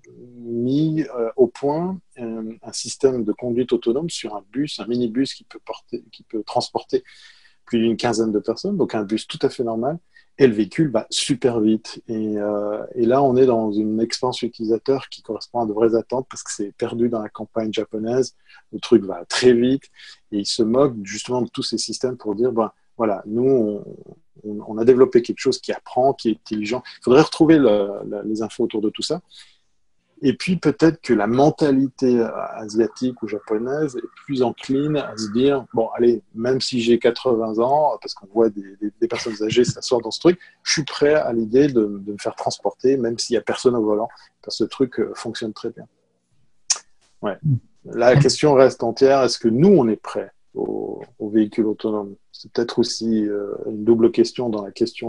mis au point un système de conduite autonome sur un bus, un minibus qui peut transporter plus d'une quinzaine de personnes, donc un bus tout à fait normal, et le véhicule va super vite. Et là, on est dans une expérience utilisateur qui correspond à de vraies attentes, parce que c'est perdu dans la campagne japonaise, le truc va très vite, et ils se moquent justement de tous ces systèmes pour dire, ben voilà, nous, on a développé quelque chose qui apprend, qui est intelligent. Il faudrait retrouver les infos autour de tout ça. Et puis peut-être que la mentalité asiatique ou japonaise est plus encline à se dire, bon allez, même si j'ai 80 ans, parce qu'on voit des personnes âgées s'asseoir dans ce truc, je suis prêt à l'idée de me faire transporter, même s'il n'y a personne au volant, parce que ce truc fonctionne très bien. Ouais. La question reste entière, est-ce que nous, on est prêts aux véhicules autonomes? C'est peut-être aussi une double question dans la question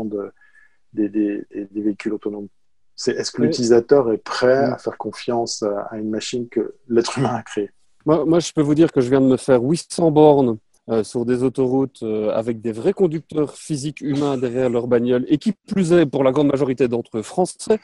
des véhicules autonomes. Est-ce que l'utilisateur est prêt à faire confiance à une machine que l'être humain a créée? Moi, je peux vous dire que je viens de me faire 800 bornes sur des autoroutes avec des vrais conducteurs physiques humains derrière leur bagnole, et qui plus est, pour la grande majorité d'entre eux, français.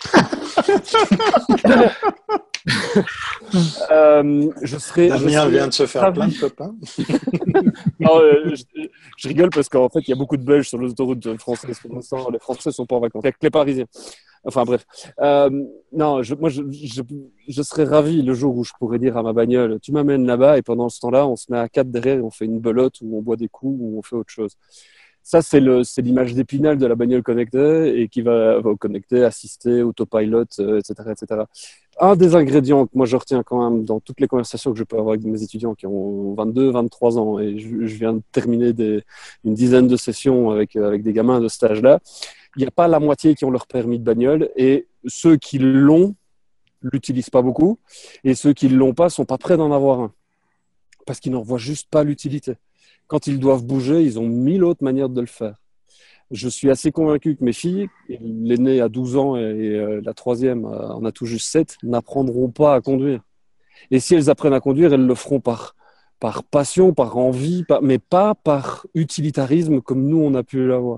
Damien vient de se faire plein de copains. Non, je rigole parce qu'en fait, il y a beaucoup de Belges sur les autoroutes françaises pour l'instant. Les Français sont pas en vacances. Il y a que les Parisiens. Enfin bref. Non, je serais ravi le jour où je pourrais dire à ma bagnole, tu m'amènes là-bas, et pendant ce temps-là, on se met à 4 derrière et on fait une belote, ou on boit des coups, ou on fait autre chose. Ça, c'est l'image d'Épinal de la bagnole connectée, et qui va connecter, assister, autopilot, etc., etc. Un des ingrédients que moi je retiens quand même dans toutes les conversations que je peux avoir avec mes étudiants qui ont 22, 23 ans, et je viens de terminer une dizaine de sessions avec des gamins de cet âge-là, il n'y a pas la moitié qui ont leur permis de bagnole, et ceux qui l'ont l'utilisent pas beaucoup, et ceux qui ne l'ont pas sont pas prêts d'en avoir un, parce qu'ils n'en voient juste pas l'utilité. Quand ils doivent bouger, ils ont 1000 autres manières de le faire. Je suis assez convaincu que mes filles, l'aînée a 12 ans et la troisième en a tout juste 7, n'apprendront pas à conduire. Et si elles apprennent à conduire, elles le feront par passion, par envie, mais pas par utilitarisme comme nous on a pu l'avoir.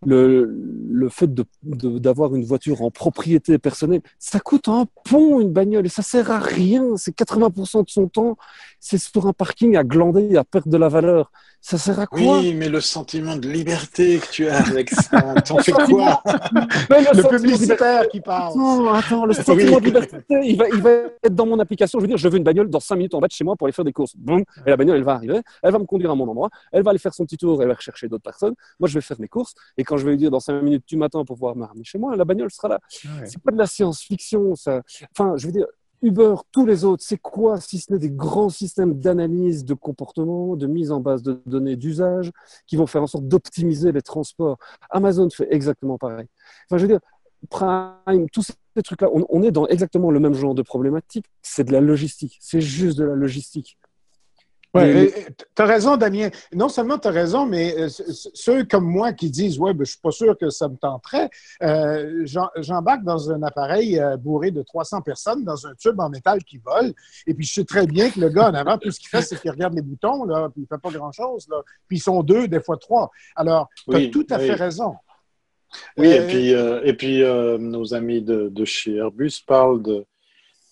Le fait d'avoir une voiture en propriété personnelle, ça coûte un pont, une bagnole, et ça sert à rien. C'est 80% de son temps, c'est sur un parking à glander, à perdre de la valeur. Ça sert à quoi? Oui, mais le sentiment de liberté que tu as avec ça, t'en fais quoi? Le publicitaire qui parle. Attends, le sentiment de liberté, il va être dans mon application. Je veux dire, je veux une bagnole dans 5 minutes en bas de chez moi pour aller faire des courses. Boum, et la bagnole, elle va arriver, elle va me conduire à mon endroit, elle va aller faire son petit tour, elle va rechercher d'autres personnes. Moi, je vais faire mes courses, et quand je vais lui dire dans 5 minutes, tu m'attends pour pouvoir me ramener chez moi, la bagnole sera là. Ouais. C'est pas de la science-fiction, ça. Enfin, je veux dire, Uber, tous les autres, c'est quoi si ce n'est des grands systèmes d'analyse de comportement, de mise en base de données d'usage, qui vont faire en sorte d'optimiser les transports. Amazon fait exactement pareil. Enfin, je veux dire, Prime, tous ces trucs-là, on est dans exactement le même genre de problématique. C'est de la logistique. C'est juste de la logistique. Oui, tu as raison, Damien. Non seulement tu as raison, mais ceux comme moi qui disent « Ouais, ben, je ne suis pas sûr que ça me tenterait j'embarque dans un appareil bourré de 300 personnes dans un tube en métal qui vole, et puis je sais très bien que le gars en avant, tout ce qu'il fait, c'est qu'il regarde les boutons, là, puis il ne fait pas grand-chose. Là. Puis ils sont 2, des fois 3. Alors, tu as tout à fait raison. Oui, et puis nos amis de chez Airbus parlent de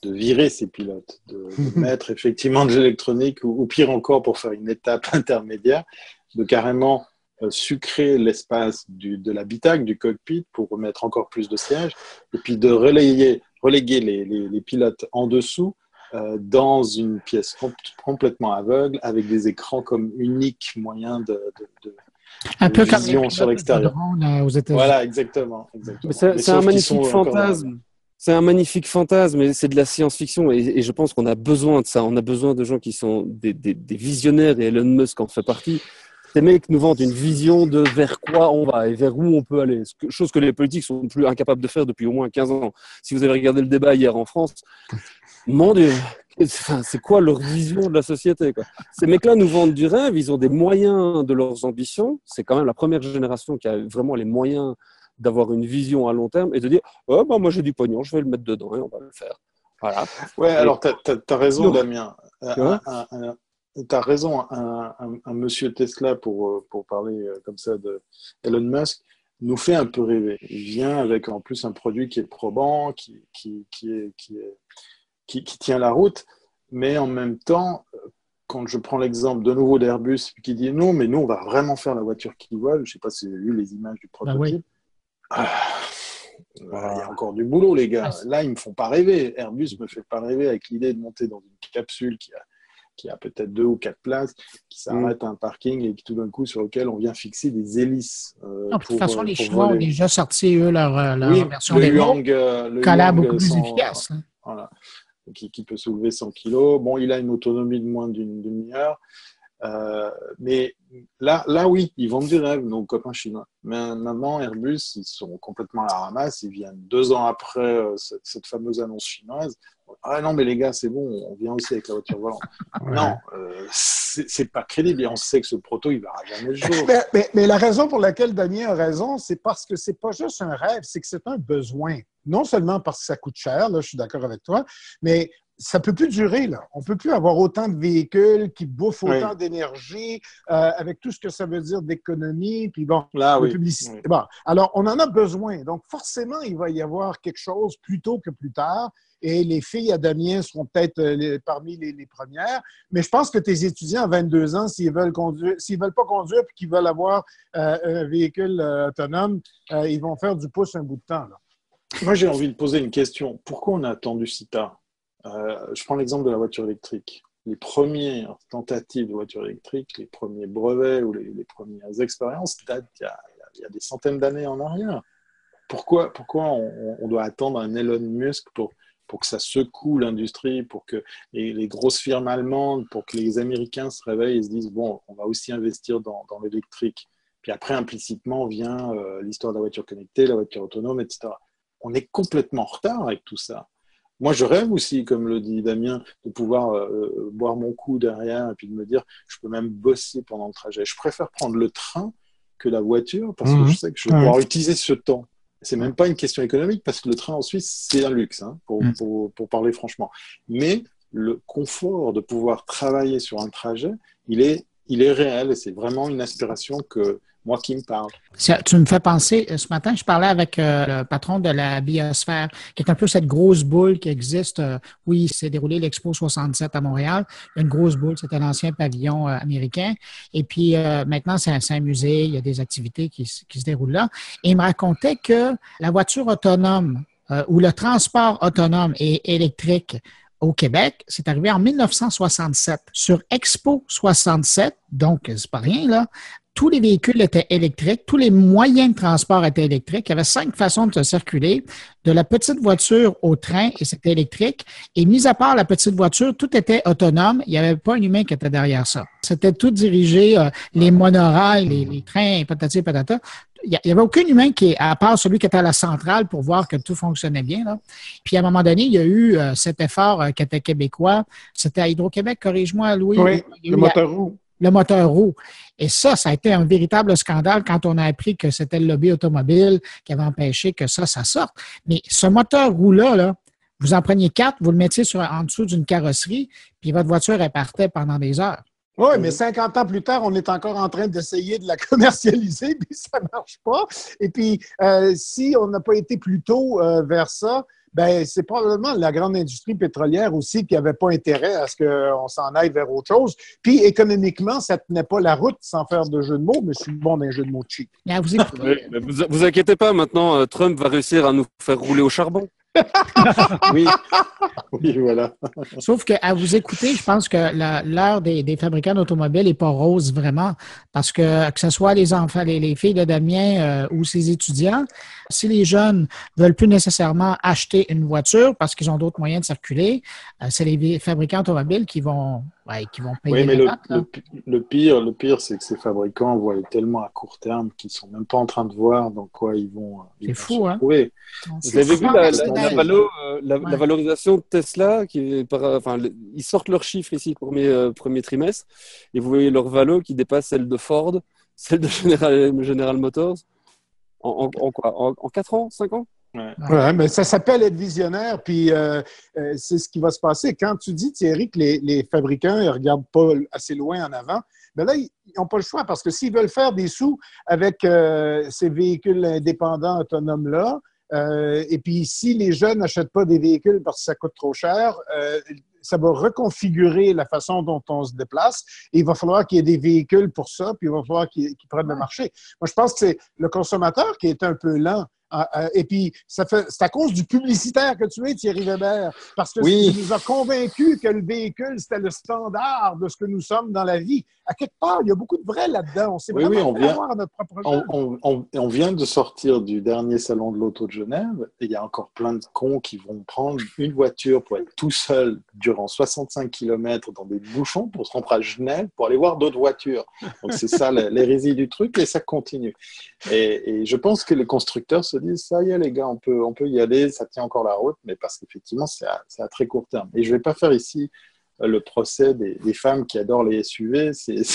de virer ces pilotes, de mettre effectivement de l'électronique ou pire encore pour faire une étape intermédiaire, de carrément sucrer l'espace de l'habitacle, du cockpit pour mettre encore plus de sièges et puis de reléguer les pilotes en dessous dans une pièce complètement aveugle avec des écrans comme unique moyen de un peu comme vision les sur l'extérieur. aux États-Unis. Voilà, exactement. Mais c'est un magnifique fantasme. C'est un magnifique fantasme, et c'est de la science-fiction. Et je pense qu'on a besoin de ça. On a besoin de gens qui sont des visionnaires, et Elon Musk en fait partie. Ces mecs nous vendent une vision de vers quoi on va et vers où on peut aller. Chose que les politiques sont plus incapables de faire depuis au moins 15 ans. Si vous avez regardé le débat hier en France, mon Dieu, c'est quoi leur vision de la société, quoi. Ces mecs-là nous vendent du rêve, ils ont des moyens de leurs ambitions. C'est quand même la première génération qui a vraiment les moyens d'avoir une vision à long terme et de dire oh, bah, moi j'ai du pognon, je vais le mettre dedans et on va le faire. Voilà. Ouais, alors t'as raison, Damien. Tu T'as raison, un monsieur Tesla, pour parler comme ça de Elon Musk, nous fait un peu rêver. Il vient avec en plus un produit qui est probant, qui tient la route, mais en même temps, quand je prends l'exemple de nouveau d'Airbus qui dit non, mais nous on va vraiment faire la voiture qui vole, je ne sais pas si vous avez vu les images du prototype. Il y a encore du boulot, les gars. Là, ils ne me font pas rêver. Airbus ne me fait pas rêver avec l'idée de monter dans une capsule qui a peut-être 2 ou 4 places, qui s'arrête à un parking et qui tout d'un coup sur lequel on vient fixer des hélices. De toute façon, les Chinois ont déjà sorti leur version des le collab Yuang beaucoup plus efficace. Voilà, qui peut soulever 100 kg. Bon, il a une autonomie de moins d'une demi-heure. Mais là, oui, ils vendent du rêve, nos copains chinois. Mais maintenant, Airbus, ils sont complètement à la ramasse. Ils viennent 2 ans après cette fameuse annonce chinoise. Ah non, mais les gars, c'est bon, on vient aussi avec la voiture volante. Ouais. Non, c'est pas crédible. Et on sait que ce proto, il verra jamais le jour. Mais la raison pour laquelle Damien a raison, c'est parce que c'est pas juste un rêve, c'est que c'est un besoin. Non seulement parce que ça coûte cher, là, je suis d'accord avec toi, mais ça ne peut plus durer, là. On ne peut plus avoir autant de véhicules qui bouffent autant d'énergie, avec tout ce que ça veut dire d'économie, puis bon, de publicité. Bon, alors, on en a besoin. Donc, forcément, il va y avoir quelque chose plus tôt que plus tard. Et les filles à Damien seront peut-être parmi les premières. Mais je pense que tes étudiants à 22 ans, s'ils veulent pas conduire et qu'ils veulent avoir un véhicule autonome, ils vont faire du pouce un bout de temps, là. Moi, j'ai envie de poser une question. Pourquoi on a attendu si tard? Je prends l'exemple de la voiture électrique. Les premières tentatives de voiture électrique, les premiers brevets ou les premières expériences datent il y a des centaines d'années en arrière. Pourquoi on doit attendre un Elon Musk pour que ça secoue l'industrie, pour que les grosses firmes allemandes, pour que les Américains se réveillent et se disent bon, on va aussi investir dans l'électrique. Puis après, implicitement, vient l'histoire de la voiture connectée, la voiture autonome, etc. On est complètement en retard avec tout ça. Moi, je rêve aussi, comme le dit Damien, de pouvoir boire mon coup derrière et puis de me dire, je peux même bosser pendant le trajet. Je préfère prendre le train que la voiture parce que je sais que je vais pouvoir utiliser ce temps. C'est même pas une question économique parce que le train en Suisse, c'est un luxe, hein, pour parler franchement. Mais le confort de pouvoir travailler sur un trajet, il est réel et c'est vraiment une aspiration que moi qui me parle. Tu me fais penser, ce matin, je parlais avec le patron de la Biosphère, qui est un peu cette grosse boule qui existe. Oui, il s'est déroulé l'Expo 67 à Montréal. Il y a une grosse boule, c'était l'ancien pavillon américain. Et puis maintenant, c'est un musée, il y a des activités qui se déroulent là. Et il me racontait que la voiture autonome ou le transport autonome et électrique au Québec, c'est arrivé en 1967. Sur Expo 67, donc c'est pas rien là, tous les véhicules étaient électriques, tous les moyens de transport étaient électriques. Il y avait 5 façons de se circuler, de la petite voiture au train, et c'était électrique. Et mis à part la petite voiture, tout était autonome. Il n'y avait pas un humain qui était derrière ça. C'était tout dirigé, les monorails, les trains, patati patata. Il n'y avait aucun humain à part celui qui était à la centrale pour voir que tout fonctionnait bien, là. Puis à un moment donné, il y a eu cet effort qui était québécois. C'était à Hydro-Québec, corrige-moi, Louis. Oui, le moteur roue. Le moteur roue. Et ça a été un véritable scandale quand on a appris que c'était le lobby automobile qui avait empêché que ça sorte. Mais ce moteur roue-là, là, vous en preniez 4, vous le mettiez en dessous d'une carrosserie, puis votre voiture, elle partait pendant des heures. Oui, mais 50 ans plus tard, on est encore en train d'essayer de la commercialiser, puis ça ne marche pas. Et puis, si on n'a pas été plus tôt vers ça, ben, c'est probablement la grande industrie pétrolière aussi qui n'avait pas intérêt à ce qu'on s'en aille vers autre chose. Puis économiquement, ça ne tenait pas la route, sans faire de jeu de mots, mais je suis bon dans un jeu de mots cheap. Bien, vous écoutez. Oui, mais vous inquiétez pas, maintenant, Trump va réussir à nous faire rouler au charbon. Oui, oui, voilà. Sauf qu'à vous écouter, je pense que l'heure des fabricants d'automobiles n'est pas rose vraiment, parce que ce soit les enfants, les filles de Damien ou ses étudiants, si les jeunes veulent plus nécessairement acheter une voiture parce qu'ils ont d'autres moyens de circuler, c'est les fabricants automobiles qui vont payer Oui, mais la note, le pire, c'est que ces fabricants voient tellement à court terme qu'ils sont même pas en train de voir dans quoi ils vont C'est fou, hein? trouver. Vous avez vu la valorisation de Tesla ils sortent leurs chiffres ici premier trimestre et vous voyez leur valo qui dépasse celle de Ford, celle de General Motors en quoi? En 4 ans, 5 ans? Ouais, mais ça s'appelle être visionnaire, puis c'est ce qui va se passer. Quand tu dis, Thierry, que les fabricants ne regardent pas assez loin en avant, bien là, ils n'ont pas le choix parce que s'ils veulent faire des sous avec ces véhicules indépendants autonomes-là, et puis si les jeunes n'achètent pas des véhicules parce que ça coûte trop cher, ça va reconfigurer la façon dont on se déplace. Et il va falloir qu'il y ait des véhicules pour ça, puis il va falloir qu'ils prennent le marché. Moi, je pense que c'est le consommateur qui est un peu lent. Et puis, c'est à cause du publicitaire que tu es, Thierry Weber, parce que Oui. tu nous as convaincus que le véhicule, c'était le standard de ce que nous sommes dans la vie. À quelque part, il y a beaucoup de vrai là-dedans. On sait Oui, vraiment on vient- avoir notre propre jeu. On vient de sortir du dernier salon de l'auto de Genève et il y a encore plein de cons qui vont prendre une voiture pour être tout seul durant 65 km dans des bouchons pour se rendre à Genève pour aller voir d'autres voitures. Donc c'est ça l'hérésie du truc et ça continue. Et je pense que les constructeurs se disent ça y est les gars, on peut y aller, ça tient encore la route, mais parce qu'effectivement c'est à très court terme. Et je vais pas faire ici le procès des femmes qui adorent les SUV,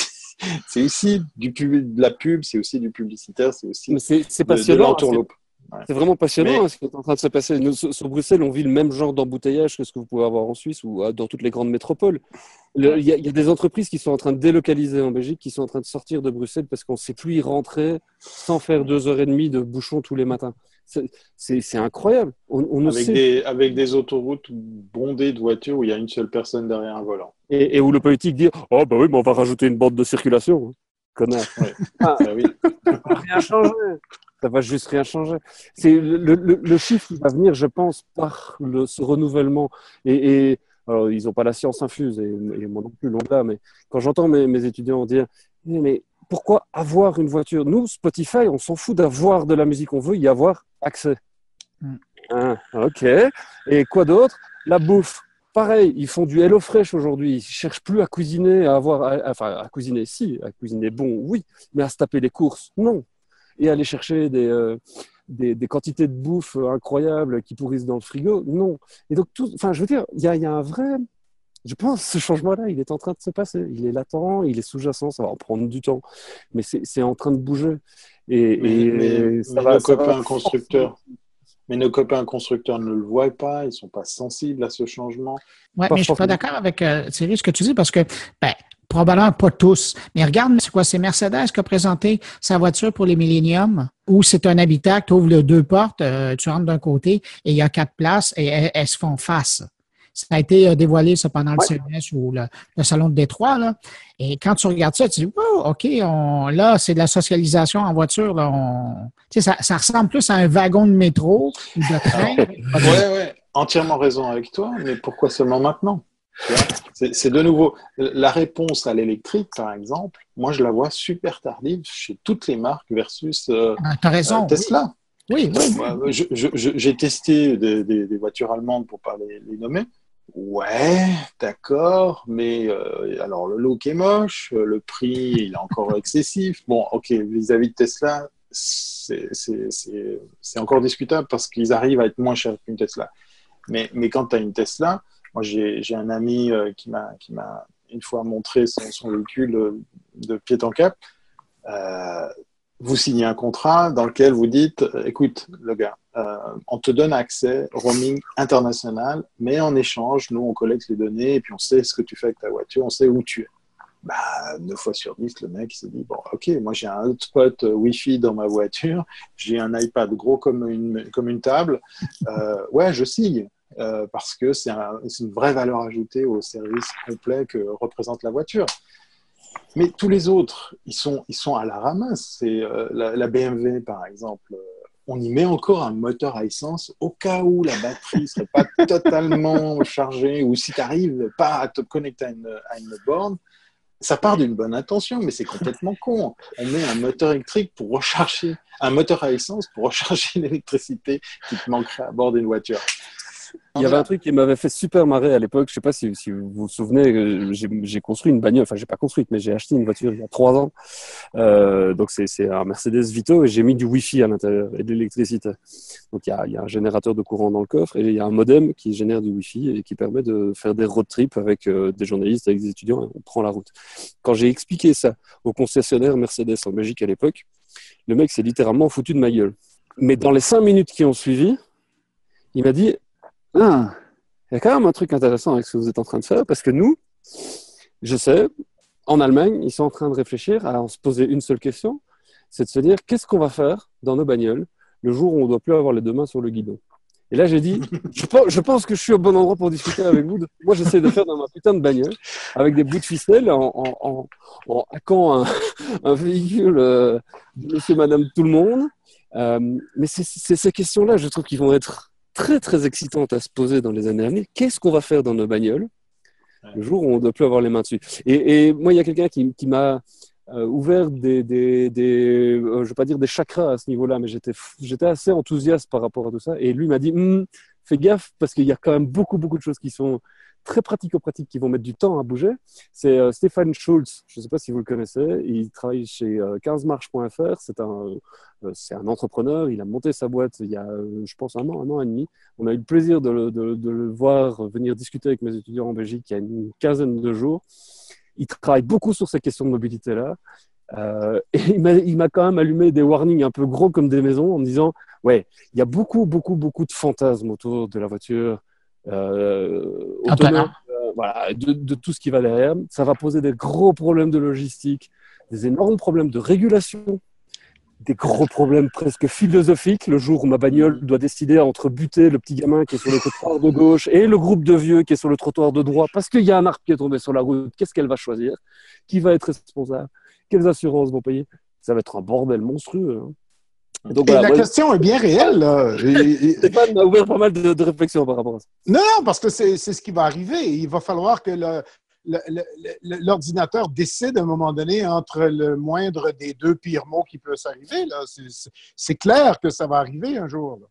c'est aussi de la pub, c'est aussi du publicitaire, c'est aussi Mais c'est de passionnant. l'entourloupe. C'est vraiment passionnant Mais- ce qui est en train de se passer. Nous, sur Bruxelles, on vit le même genre d'embouteillage que ce que vous pouvez avoir en Suisse ou dans toutes les grandes métropoles. Il y a des entreprises qui sont en train de délocaliser en Belgique, qui sont en train de sortir de Bruxelles parce qu'on ne sait plus y rentrer sans faire 2 heures et demie de bouchons tous les matins. C'est incroyable. On ne sait. Avec des autoroutes bondées de voitures où il y a une seule personne derrière un volant. Et où le politique dit oh, bah oui, mais on va rajouter une bande de circulation. Connard. Ouais. Ah, Ah oui. ça va rien changer. Ça va juste rien changer. C'est le chiffre qui va venir, je pense, par ce renouvellement. Alors, ils n'ont pas la science infuse, et moi non plus, loin de là, mais quand j'entends mes étudiants dire mais pourquoi avoir une voiture? Nous, Spotify, on s'en fout d'avoir de la musique, on veut y avoir accès. Ah, ok. Et quoi d'autre? La bouffe. Pareil, ils font du HelloFresh aujourd'hui. Ils ne cherchent plus à cuisiner, à cuisiner bon, oui, mais à se taper les courses, non. Et aller chercher des quantités de bouffe incroyables qui pourrissent dans le frigo, non. Et donc, je veux dire, il y a un vrai. Je pense que ce changement-là, il est en train de se passer. Il est latent, il est sous-jacent, ça va en prendre du temps. Mais c'est en train de bouger. Mais nos copains constructeurs ne le voient pas, ils ne sont pas sensibles à ce changement. Oui, mais je ne suis pas d'accord avec Thierry, ce que tu dis, parce que, probablement pas tous. Mais regarde, c'est quoi? C'est Mercedes qui a présenté sa voiture pour les Millennium, où c'est un habitacle, tu ouvres les 2 portes, tu rentres d'un côté et il y a 4 places et elles se font face. Ça a été dévoilé ça, pendant le CES ou le salon de Détroit. Là. Et quand tu regardes ça, tu dis wow, OK, là, c'est de la socialisation en voiture. Là, ça ressemble plus à un wagon de métro ou de train. Oui, entièrement raison avec toi, mais pourquoi seulement maintenant? C'est de nouveau la réponse à l'électrique, par exemple. Moi, je la vois super tardive chez toutes les marques versus t'as raison, Tesla. Oui. J'ai testé des voitures allemandes pour pas les nommer. Ouais, d'accord, mais alors le look est moche, le prix il est encore excessif. Bon, ok, vis-à-vis de Tesla, c'est encore discutable parce qu'ils arrivent à être moins chers qu'une Tesla. Mais quand tu as une Tesla, moi j'ai un ami qui m'a une fois montré son véhicule de pied en cap. Vous signez un contrat dans lequel vous dites écoute, le gars, on te donne accès roaming international, mais en échange, nous, on collecte les données et puis on sait ce que tu fais avec ta voiture, on sait où tu es. 9 fois sur 10, le mec s'est dit, bon, ok, moi j'ai un hotspot Wi-Fi dans ma voiture, j'ai un iPad gros comme une table, ouais, je signe. Parce que c'est une vraie valeur ajoutée au service complet que représente la voiture. Mais tous les autres, ils sont à la ramasse. C'est la BMW, par exemple. On y met encore un moteur à essence au cas où la batterie ne serait pas totalement chargée ou si tu n'arrives pas à te connecter à une borne. Ça part d'une bonne intention, mais c'est complètement con. On met un moteur électrique pour recharger, un moteur à essence pour recharger l'électricité qui te manquerait à bord d'une voiture. Il y avait un truc qui m'avait fait super marrer à l'époque. Je ne sais pas si vous vous souvenez, j'ai construit une bagnole. Enfin, j'ai pas construite, mais j'ai acheté une voiture il y a 3 ans. Donc, c'est un Mercedes Vito et j'ai mis du Wi-Fi à l'intérieur et de l'électricité. Donc, il y a un générateur de courant dans le coffre et il y a un modem qui génère du Wi-Fi et qui permet de faire des road trips avec des journalistes, avec des étudiants. Et on prend la route. Quand j'ai expliqué ça au concessionnaire Mercedes en Belgique à l'époque, le mec s'est littéralement foutu de ma gueule. Mais dans les 5 minutes qui ont suivi, il m'a dit... il y a quand même un truc intéressant avec ce que vous êtes en train de faire, parce que nous, je sais, en Allemagne, ils sont en train de réfléchir à se poser une seule question, c'est de se dire qu'est-ce qu'on va faire dans nos bagnoles le jour où on ne doit plus avoir les deux mains sur le guidon. Et là, j'ai dit, je pense que je suis au bon endroit pour discuter avec vous. Moi, j'essaie de faire dans ma putain de bagnole, avec des bouts de ficelle, en hackant un véhicule de monsieur, madame, tout le monde. Mais c'est ces questions-là, je trouve, qui vont être très, très excitantes à se poser dans les années à venir. Qu'est-ce qu'on va faire dans nos bagnoles le jour où on ne doit plus avoir les mains dessus? Et moi, il y a quelqu'un qui m'a ouvert je ne vais pas dire des chakras à ce niveau-là, mais j'étais assez enthousiaste par rapport à tout ça. Et lui m'a dit, fais gaffe, parce qu'il y a quand même beaucoup, beaucoup de choses qui sont très pratico-pratiques, qui vont mettre du temps à bouger. C'est Stefan Schulz, je ne sais pas si vous le connaissez, il travaille chez 15marche.fr, c'est un entrepreneur, il a monté sa boîte il y a, je pense, un an et demi. On a eu le plaisir de le voir venir discuter avec mes étudiants en Belgique il y a une quinzaine de jours. Il travaille beaucoup sur ces questions de mobilité-là. Et il m'a quand même allumé des warnings un peu gros comme des maisons en me disant ouais, il y a beaucoup, beaucoup, beaucoup de fantasmes autour de la voiture autonome, voilà, de tout ce qui va derrière. Ça va poser des gros problèmes de logistique, des énormes problèmes de régulation, des gros problèmes presque philosophiques. Le jour où ma bagnole doit décider entre buter le petit gamin qui est sur le trottoir de gauche et le groupe de vieux qui est sur le trottoir de droite parce qu'il y a un arbre qui est tombé sur la route, qu'est-ce qu'elle va choisir? Qui va être responsable? Quelles assurances vont payer? Ça va être un bordel monstrueux. Hein. Donc, voilà, la question est bien réelle. Là. Stéphane a ouvert pas mal de réflexions par rapport à ça. Non, parce que c'est ce qui va arriver. Il va falloir que l'ordinateur décide à un moment donné entre le moindre des deux pires mots qui peut s'arriver. C'est clair que ça va arriver un jour.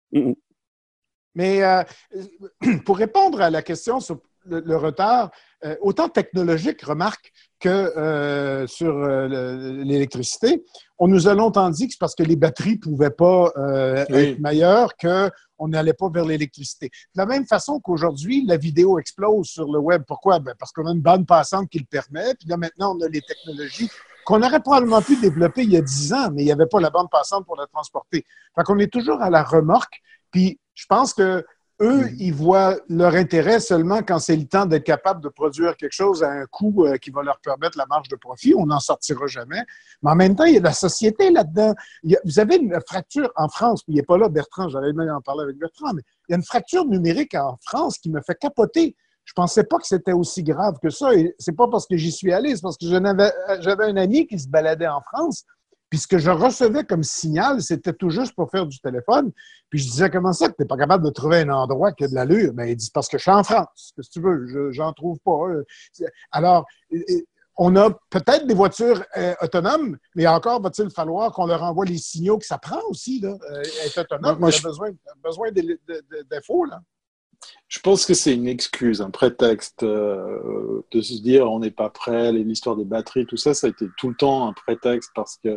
Mais pour répondre à la question sur le retard, autant technologique, remarque, que sur l'électricité, on nous a longtemps dit que c'est parce que les batteries ne pouvaient pas être meilleures qu'on n'allait pas vers l'électricité. De la même façon qu'aujourd'hui, la vidéo explose sur le web. Pourquoi? Parce qu'on a une bande passante qui le permet. Puis là, maintenant, on a les technologies qu'on aurait probablement pu développer il y a 10 ans, mais il n'y avait pas la bande passante pour la transporter. Fait qu'on est toujours à la remorque. Puis je pense que eux, ils voient leur intérêt seulement quand c'est le temps d'être capable de produire quelque chose à un coût qui va leur permettre la marge de profit. On n'en sortira jamais. Mais en même temps, il y a la société là-dedans. Vous avez une fracture en France, puis il n'est pas là, Bertrand, j'allais même en parler avec Bertrand, mais il y a une fracture numérique en France qui me fait capoter. Je ne pensais pas que c'était aussi grave que ça. Et c'est pas parce que j'y suis allé, c'est parce que j'avais un ami qui se baladait en France. Puis ce que je recevais comme signal, c'était tout juste pour faire du téléphone. Puis je disais, comment ça que tu n'es pas capable de trouver un endroit qui a de l'allure? Bien, il dit, parce que je suis en France. Qu'est-ce que tu veux? J'en trouve pas. Alors, on a peut-être des voitures autonomes, mais encore va-t-il falloir qu'on leur envoie les signaux que ça prend aussi, là, être autonome. Moi, on a besoin d'infos, là. Je pense que c'est une excuse, un prétexte de se dire on n'est pas prêt, l'histoire des batteries, tout ça, ça a été tout le temps un prétexte parce que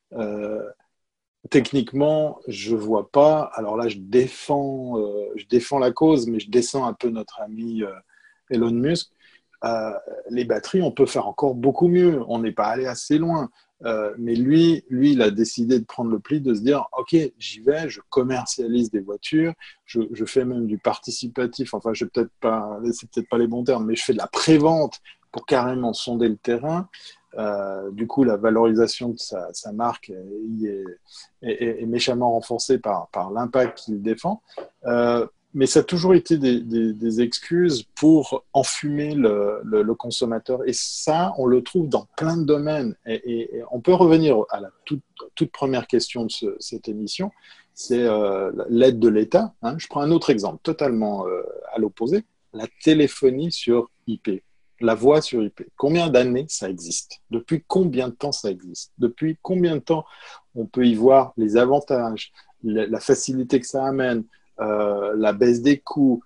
techniquement, je vois pas. Alors là, je défends la cause, mais je descends un peu notre ami Elon Musk. Les batteries, on peut faire encore beaucoup mieux. On n'est pas allé assez loin. Mais lui, il a décidé de prendre le pli, de se dire ok, j'y vais, je commercialise des voitures, je fais même du participatif. Enfin, c'est peut-être pas les bons termes, mais je fais de la prévente pour carrément sonder le terrain. Du coup, la valorisation de sa marque est méchamment renforcée par l'impact qu'il défend. Mais ça a toujours été des excuses pour enfumer le consommateur. Et ça, on le trouve dans plein de domaines. Et on peut revenir à la toute première question de cette émission, c'est l'aide de l'État. Hein. Je prends un autre exemple, totalement à l'opposé, la téléphonie sur IP. La voix sur IP. Combien d'années ça existe? Depuis combien de temps ça existe? Depuis combien de temps on peut y voir les avantages, la facilité que ça amène, la baisse des coûts,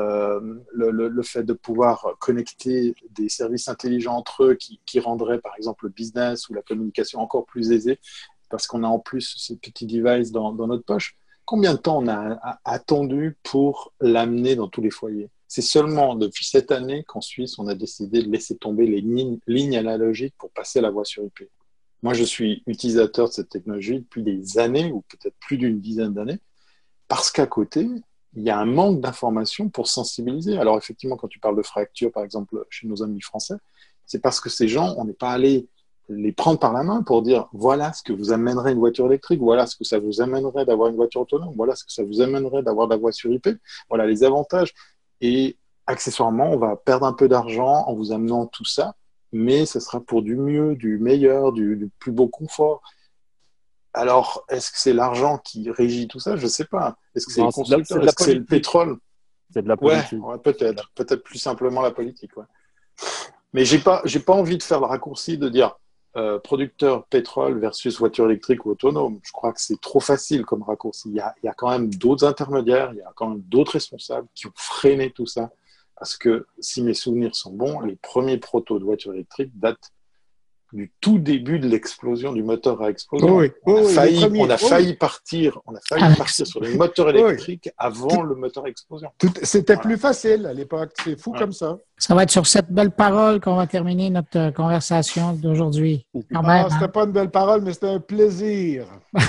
le fait de pouvoir connecter des services intelligents entre eux qui rendraient par exemple le business ou la communication encore plus aisée parce qu'on a en plus ce petit device dans notre poche. Combien de temps on a attendu pour l'amener dans tous les foyers? C'est seulement depuis cette année qu'en Suisse, on a décidé de laisser tomber les lignes analogiques pour passer à la voix sur IP. Moi, je suis utilisateur de cette technologie depuis des années, ou peut-être plus d'une dizaine d'années, parce qu'à côté, il y a un manque d'informations pour sensibiliser. Alors effectivement, quand tu parles de fracture, par exemple, chez nos amis français, c'est parce que ces gens, on n'est pas allé les prendre par la main pour dire voilà ce que vous amènerait une voiture électrique, voilà ce que ça vous amènerait d'avoir une voiture autonome, voilà ce que ça vous amènerait d'avoir de la voix sur IP, voilà les avantages. Et accessoirement, on va perdre un peu d'argent en vous amenant tout ça, mais ce sera pour du mieux, du meilleur, du plus beau confort. Alors, est-ce que c'est l'argent qui régit tout ça? Je ne sais pas. Est-ce que c'est les constructeurs? Est-ce que c'est le pétrole? C'est de la politique. Ouais, peut-être plus simplement la politique. Ouais. Mais j'ai pas envie de faire le raccourci de dire producteur pétrole versus voiture électrique ou autonome. Je crois que c'est trop facile comme raccourci. Il y a quand même d'autres intermédiaires, il y a quand même d'autres responsables qui ont freiné tout ça. Parce que si mes souvenirs sont bons, les premiers protos de voitures électriques datent du tout début de l'explosion du moteur à explosion. On a failli partir sur les moteurs électriques avant le moteur à explosion. C'était plus facile à l'époque. C'est fou comme ça. Ça va être sur cette belle parole qu'on va terminer notre conversation d'aujourd'hui. C'était pas une belle parole, mais c'était un plaisir.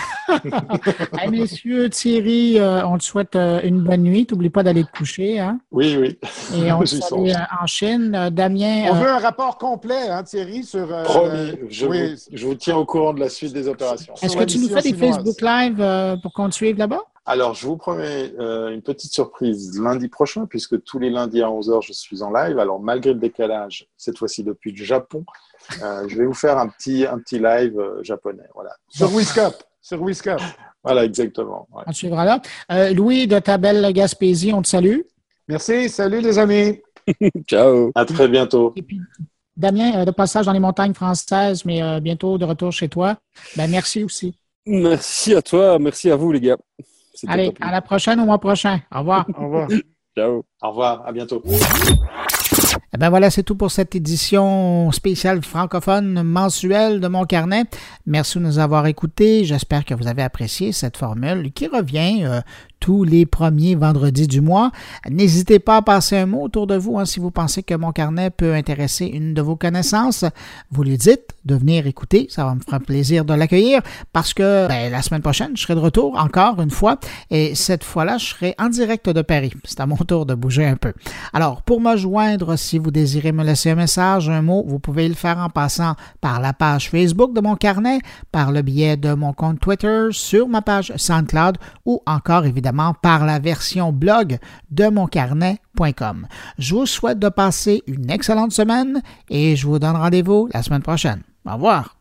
Hey, messieurs, Thierry, on te souhaite une bonne nuit. N'oublie pas d'aller te coucher. Hein? Oui. Et on te salue en Chine. Damien. On veut un rapport complet, hein, Thierry, sur. Promis, je vous tiens au courant de la suite des opérations. Est-ce que tu nous fais des Facebook Live pour qu'on te suive là-bas? Alors, je vous promets une petite surprise lundi prochain, puisque tous les lundis à 11h, je suis en live. Alors, malgré le décalage, cette fois-ci depuis le Japon, je vais vous faire un petit live japonais. Voilà. Sur Wiscap. Voilà, exactement. Ouais. On te suivra là. Louis, de ta belle Gaspésie, on te salue. Merci. Salut, les amis. Ciao. À très bientôt. Et puis, Damien, de passage dans les montagnes françaises, mais bientôt de retour chez toi. Merci aussi. Merci à toi. Merci à vous, les gars. Allez, à la prochaine au mois prochain. Au revoir. Au revoir. Ciao. Au revoir. À bientôt. Voilà, c'est tout pour cette édition spéciale francophone mensuelle de Mon Carnet. Merci de nous avoir écoutés. J'espère que vous avez apprécié cette formule qui revient tous les premiers vendredis du mois. N'hésitez pas à passer un mot autour de vous si vous pensez que Mon Carnet peut intéresser une de vos connaissances. Vous lui dites de venir écouter. Ça va me faire plaisir de l'accueillir parce que la semaine prochaine, je serai de retour encore une fois et cette fois-là, je serai en direct de Paris. C'est à mon tour de bouger un peu. Alors, pour me joindre, si vous désirez me laisser un message, un mot, vous pouvez le faire en passant par la page Facebook de Mon Carnet, par le biais de mon compte Twitter, sur ma page SoundCloud ou encore évidemment par la version blog de moncarnet.com. Je vous souhaite de passer une excellente semaine et je vous donne rendez-vous la semaine prochaine. Au revoir.